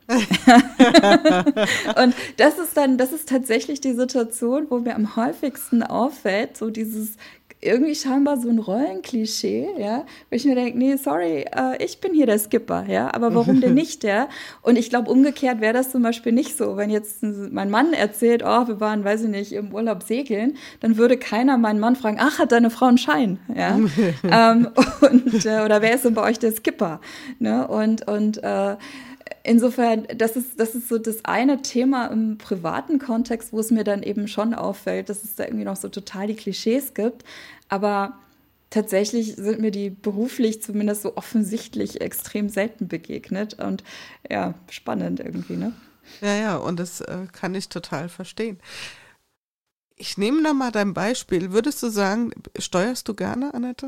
Und das ist dann, das ist tatsächlich die Situation, wo mir am häufigsten auffällt, so dieses irgendwie scheinbar so ein Rollenklischee, ja, wo ich mir denke, nee, sorry, äh, ich bin hier der Skipper, ja, aber warum denn nicht, ja? Und ich glaube, umgekehrt wäre das zum Beispiel nicht so, wenn jetzt mein Mann erzählt, oh, wir waren, weiß ich nicht, im Urlaub segeln, dann würde keiner meinen Mann fragen, ach, hat deine Frau einen Schein, ja? ähm, und, äh, oder wer ist denn bei euch der Skipper, ne? Und, und, äh, Insofern, das ist, das ist so das eine Thema im privaten Kontext, wo es mir dann eben schon auffällt, dass es da irgendwie noch so total die Klischees gibt. Aber tatsächlich sind mir die beruflich zumindest so offensichtlich extrem selten begegnet. Und ja, spannend irgendwie, ne? Ja, ja, und das äh, kann ich total verstehen. Ich nehme da mal dein Beispiel. Würdest du sagen, steuerst du gerne, Annette?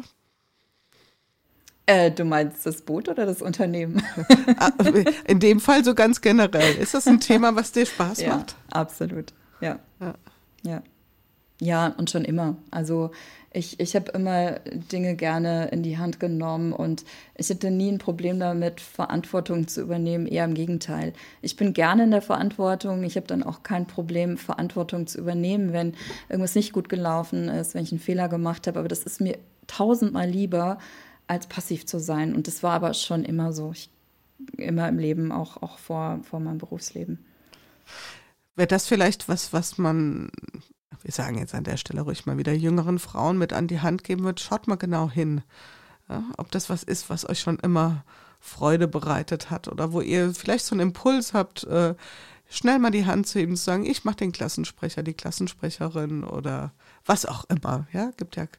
Äh, du meinst das Boot oder das Unternehmen? In dem Fall so ganz generell. Ist das ein Thema, was dir Spaß ja, macht? Absolut, ja. Ja, ja. Ja, und schon immer. Also ich, ich habe immer Dinge gerne in die Hand genommen und ich hatte nie ein Problem damit, Verantwortung zu übernehmen, eher im Gegenteil. Ich bin gerne in der Verantwortung, ich habe dann auch kein Problem, Verantwortung zu übernehmen, wenn irgendwas nicht gut gelaufen ist, wenn ich einen Fehler gemacht habe, aber das ist mir tausendmal lieber, als passiv zu sein. Und das war aber schon immer so, ich, immer im Leben, auch, auch vor, vor meinem Berufsleben. Wäre das vielleicht was, was man, wir sagen jetzt an der Stelle ruhig mal wieder, jüngeren Frauen mit an die Hand geben wird? Schaut mal genau hin, ja, ob das was ist, was euch schon immer Freude bereitet hat oder wo ihr vielleicht so einen Impuls habt, äh, schnell mal die Hand zu heben, zu sagen, ich mache den Klassensprecher, die Klassensprecherin oder was auch immer. Ja, gibt ja.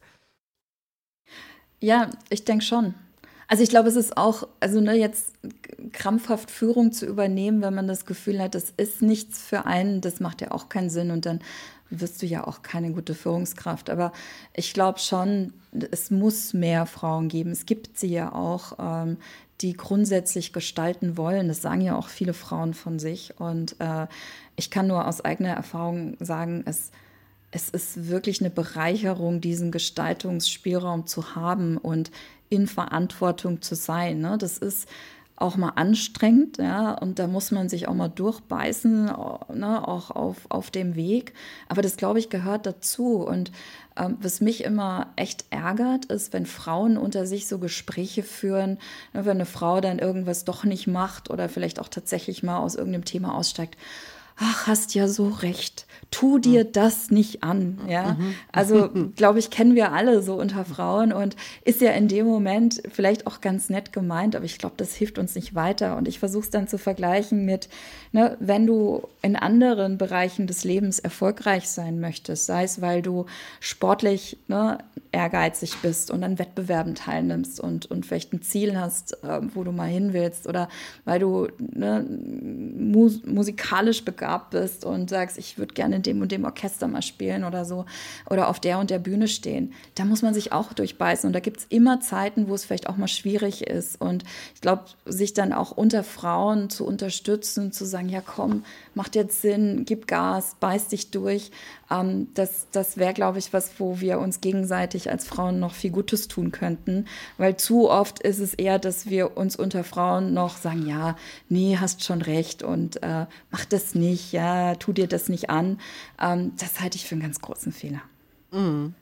Ja, ich denke schon. Also ich glaube, es ist auch, also ne, jetzt krampfhaft Führung zu übernehmen, wenn man das Gefühl hat, das ist nichts für einen, das macht ja auch keinen Sinn und dann wirst du ja auch keine gute Führungskraft. Aber ich glaube schon, es muss mehr Frauen geben. Es gibt sie ja auch, ähm, die grundsätzlich gestalten wollen. Das sagen ja auch viele Frauen von sich. Und äh, ich kann nur aus eigener Erfahrung sagen, es Es ist wirklich eine Bereicherung, diesen Gestaltungsspielraum zu haben und in Verantwortung zu sein. Ne? Das ist auch mal anstrengend, ja, und da muss man sich auch mal durchbeißen, ne, auch auf, auf dem Weg. Aber das, glaube ich, gehört dazu. Und ähm, was mich immer echt ärgert, ist, wenn Frauen unter sich so Gespräche führen, ne, wenn eine Frau dann irgendwas doch nicht macht oder vielleicht auch tatsächlich mal aus irgendeinem Thema aussteigt. Ach, hast ja so recht, tu dir das nicht an, ja. Also, glaube ich, kennen wir alle so unter Frauen und ist ja in dem Moment vielleicht auch ganz nett gemeint, aber ich glaube, das hilft uns nicht weiter. Und ich versuche es dann zu vergleichen mit, ne, wenn du in anderen Bereichen des Lebens erfolgreich sein möchtest, sei es, weil du sportlich, ne, ehrgeizig bist und an Wettbewerben teilnimmst und, und vielleicht ein Ziel hast, äh, wo du mal hin willst oder weil du ne, mus- musikalisch begabt bist und sagst, ich würde gerne in dem und dem Orchester mal spielen oder so oder auf der und der Bühne stehen. Da muss man sich auch durchbeißen und da gibt es immer Zeiten, wo es vielleicht auch mal schwierig ist und ich glaube, sich dann auch unter Frauen zu unterstützen, zu sagen, ja komm, macht jetzt Sinn, gib Gas, beiß dich durch, ähm, das, das wäre, glaube ich, was, wo wir uns gegenseitig als Frauen noch viel Gutes tun könnten, weil zu oft ist es eher, dass wir uns unter Frauen noch sagen, ja, nee, hast schon recht und äh, mach das nicht, ja, tu dir das nicht an. Ähm, das halte ich für einen ganz großen Fehler. Mhm.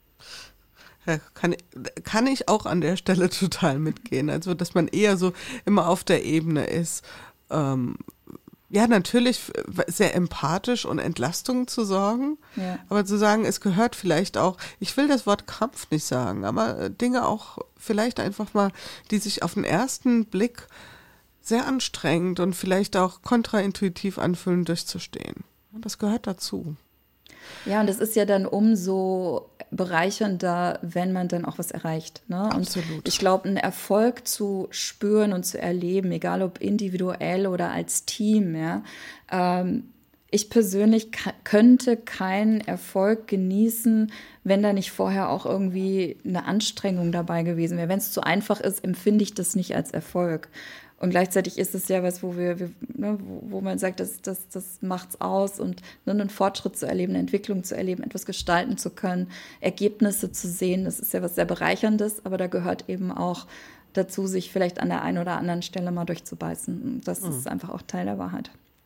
Ja, kann, kann ich auch an der Stelle total mitgehen. Also, dass man eher so immer auf der Ebene ist. Ähm, ja, natürlich sehr empathisch und Entlastung zu sorgen, Ja. aber zu sagen, es gehört vielleicht auch, ich will das Wort Kampf nicht sagen, aber Dinge auch vielleicht einfach mal, die sich auf den ersten Blick sehr anstrengend und vielleicht auch kontraintuitiv anfühlen, durchzustehen. Das gehört dazu. Ja, und es ist ja dann umso bereichernder, wenn man dann auch was erreicht. Ne? Und Absolut. ich glaube, einen Erfolg zu spüren und zu erleben, egal ob individuell oder als Team, ja, ähm, ich persönlich k- könnte keinen Erfolg genießen, wenn da nicht vorher auch irgendwie eine Anstrengung dabei gewesen wäre. Wenn es zu einfach ist, empfinde ich das nicht als Erfolg. Und gleichzeitig ist es ja was, wo wir, wir ne, wo, wo man sagt, das, das, das macht's aus und ne, einen Fortschritt zu erleben, eine Entwicklung zu erleben, etwas gestalten zu können, Ergebnisse zu sehen, das ist ja was sehr Bereicherndes, aber da gehört eben auch dazu, sich vielleicht an der einen oder anderen Stelle mal durchzubeißen. Das mhm. ist einfach auch Teil der Wahrheit.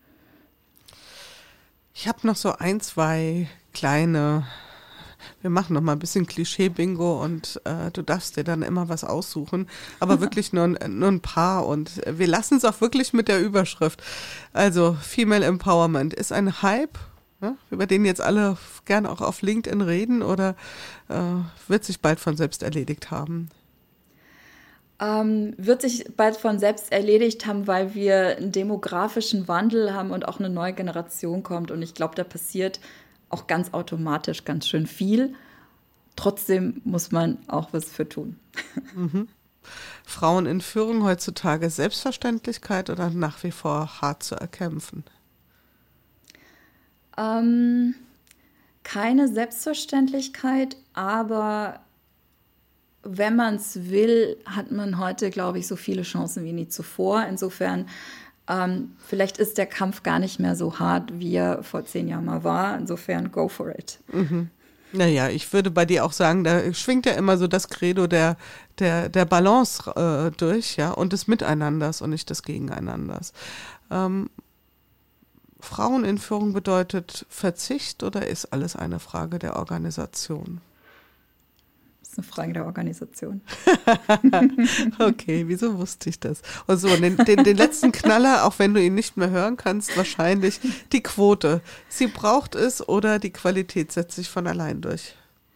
Ich habe noch so ein, zwei kleine, wir machen noch mal ein bisschen Klischee-Bingo und äh, du darfst dir dann immer was aussuchen, aber wirklich nur, nur ein paar und wir lassen es auch wirklich mit der Überschrift. Also Female Empowerment ist ein Hype, ja, über den jetzt alle gerne auch auf LinkedIn reden oder äh, wird sich bald von selbst erledigt haben? Ähm, wird sich bald von selbst erledigt haben, weil wir einen demografischen Wandel haben und auch eine neue Generation kommt. Und ich glaube, da passiert auch ganz automatisch ganz schön viel. Trotzdem muss man auch was für tun. Mhm. Frauen in Führung heutzutage Selbstverständlichkeit oder nach wie vor hart zu erkämpfen? Ähm, keine Selbstverständlichkeit, aber wenn man es will, hat man heute, glaube ich, so viele Chancen wie nie zuvor. Insofern, ähm, vielleicht ist der Kampf gar nicht mehr so hart, wie er vor zehn Jahren mal war. Insofern, go for it. Mhm. Naja, ich würde bei dir auch sagen, da schwingt ja immer so das Credo der, der, der Balance äh, durch, ja, und des Miteinanders und nicht des Gegeneinanders. Ähm, Frauen in Führung bedeutet Verzicht oder ist alles eine Frage der Organisation? Eine Frage der Organisation. Okay, wieso wusste ich das? Und so, den, den, den letzten Knaller, auch wenn du ihn nicht mehr hören kannst, wahrscheinlich die Quote. Sie braucht es oder die Qualität setzt sich von allein durch?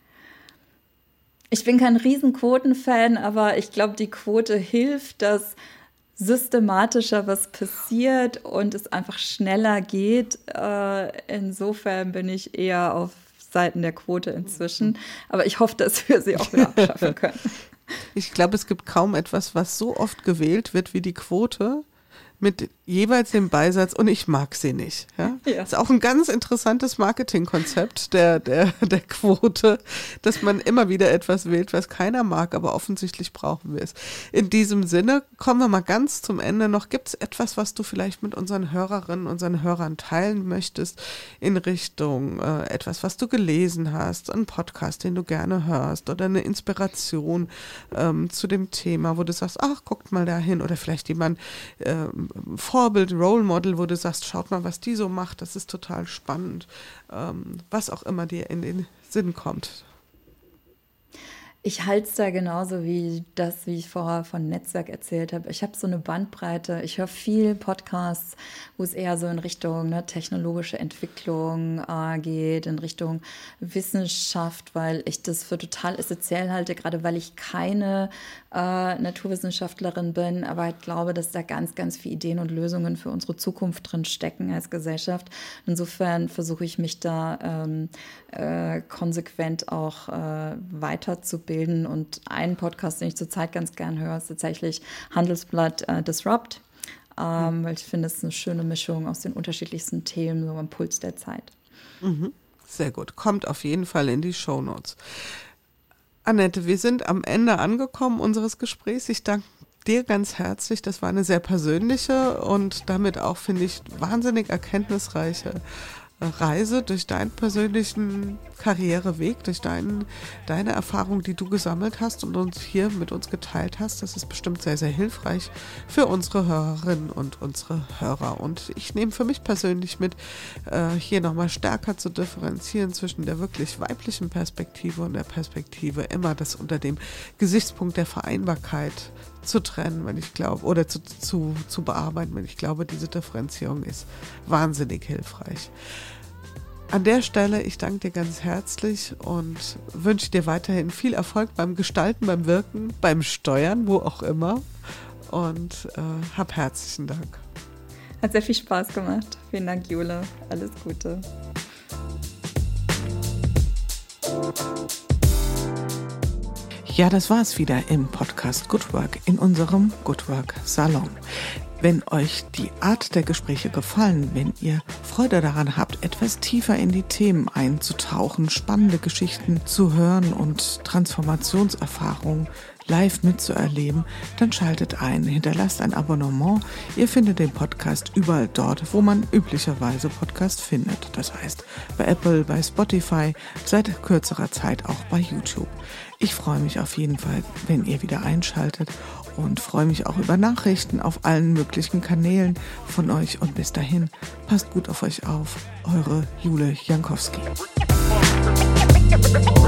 Ich bin kein Riesenquoten-Fan, aber ich glaube, die Quote hilft, dass systematischer was passiert und es einfach schneller geht. Insofern bin ich eher auf Seiten der Quote inzwischen. Aber ich hoffe, dass wir sie auch wieder abschaffen können. Ich glaube, es gibt kaum etwas, was so oft gewählt wird wie die Quote, mit jeweils dem Beisatz, und ich mag sie nicht. Ja? Ja. Ist auch ein ganz interessantes Marketingkonzept der, der, der Quote, dass man immer wieder etwas wählt, was keiner mag, aber offensichtlich brauchen wir es. In diesem Sinne kommen wir mal ganz zum Ende noch. Gibt es etwas, was du vielleicht mit unseren Hörerinnen, unseren Hörern teilen möchtest in Richtung äh, etwas, was du gelesen hast, einen Podcast, den du gerne hörst oder eine Inspiration ähm, zu dem Thema, wo du sagst, ach, guckt mal dahin, oder vielleicht jemand ähm, Vorbild, Role Model, wo du sagst, schaut mal, was die so macht, das ist total spannend, ähm, was auch immer dir in den Sinn kommt. Ich halte es da genauso wie das, wie ich vorher von Netzwerk erzählt habe. Ich habe so eine Bandbreite. Ich höre viel Podcasts, wo es eher so in Richtung ne, technologische Entwicklung äh, geht, in Richtung Wissenschaft, weil ich das für total essentiell halte, gerade weil ich keine äh, Naturwissenschaftlerin bin, aber ich glaube, dass da ganz, ganz viele Ideen und Lösungen für unsere Zukunft drin stecken als Gesellschaft. Insofern versuche ich mich da ähm, äh, konsequent auch äh, weiterzubilden. Und einen Podcast, den ich zurzeit ganz gern höre, ist tatsächlich Handelsblatt äh, Disrupt, ähm, mhm. weil ich finde, es ist eine schöne Mischung aus den unterschiedlichsten Themen, so am Puls der Zeit. Mhm. Sehr gut, kommt auf jeden Fall in die Shownotes. Annette, wir sind am Ende angekommen unseres Gesprächs. Ich danke dir ganz herzlich. Das war eine sehr persönliche und damit auch, finde ich, wahnsinnig erkenntnisreiche Reise durch deinen persönlichen Karriereweg, durch deinen, deine Erfahrung, die du gesammelt hast und uns hier mit uns geteilt hast. Das ist bestimmt sehr, sehr hilfreich für unsere Hörerinnen und unsere Hörer. Und ich nehme für mich persönlich mit, äh, hier nochmal stärker zu differenzieren zwischen der wirklich weiblichen Perspektive und der Perspektive, immer das unter dem Gesichtspunkt der Vereinbarkeit zu trennen, wenn ich glaube, oder zu, zu, zu bearbeiten, wenn ich glaube, diese Differenzierung ist wahnsinnig hilfreich. An der Stelle, ich danke dir ganz herzlich und wünsche dir weiterhin viel Erfolg beim Gestalten, beim Wirken, beim Steuern, wo auch immer, und äh, hab herzlichen Dank. Hat sehr viel Spaß gemacht. Vielen Dank, Jule. Alles Gute. Ja, das war's wieder im Podcast Good Work in unserem Good Work Salon. Wenn euch die Art der Gespräche gefallen, wenn ihr Freude daran habt, etwas tiefer in die Themen einzutauchen, spannende Geschichten zu hören und Transformationserfahrungen live mitzuerleben, dann schaltet ein, hinterlasst ein Abonnement. Ihr findet den Podcast überall dort, wo man üblicherweise Podcast findet. Das heißt bei Apple, bei Spotify, seit kürzerer Zeit auch bei YouTube. Ich freue mich auf jeden Fall, wenn ihr wieder einschaltet und freue mich auch über Nachrichten auf allen möglichen Kanälen von euch. Und bis dahin, passt gut auf euch auf. Eure Jule Jankowski.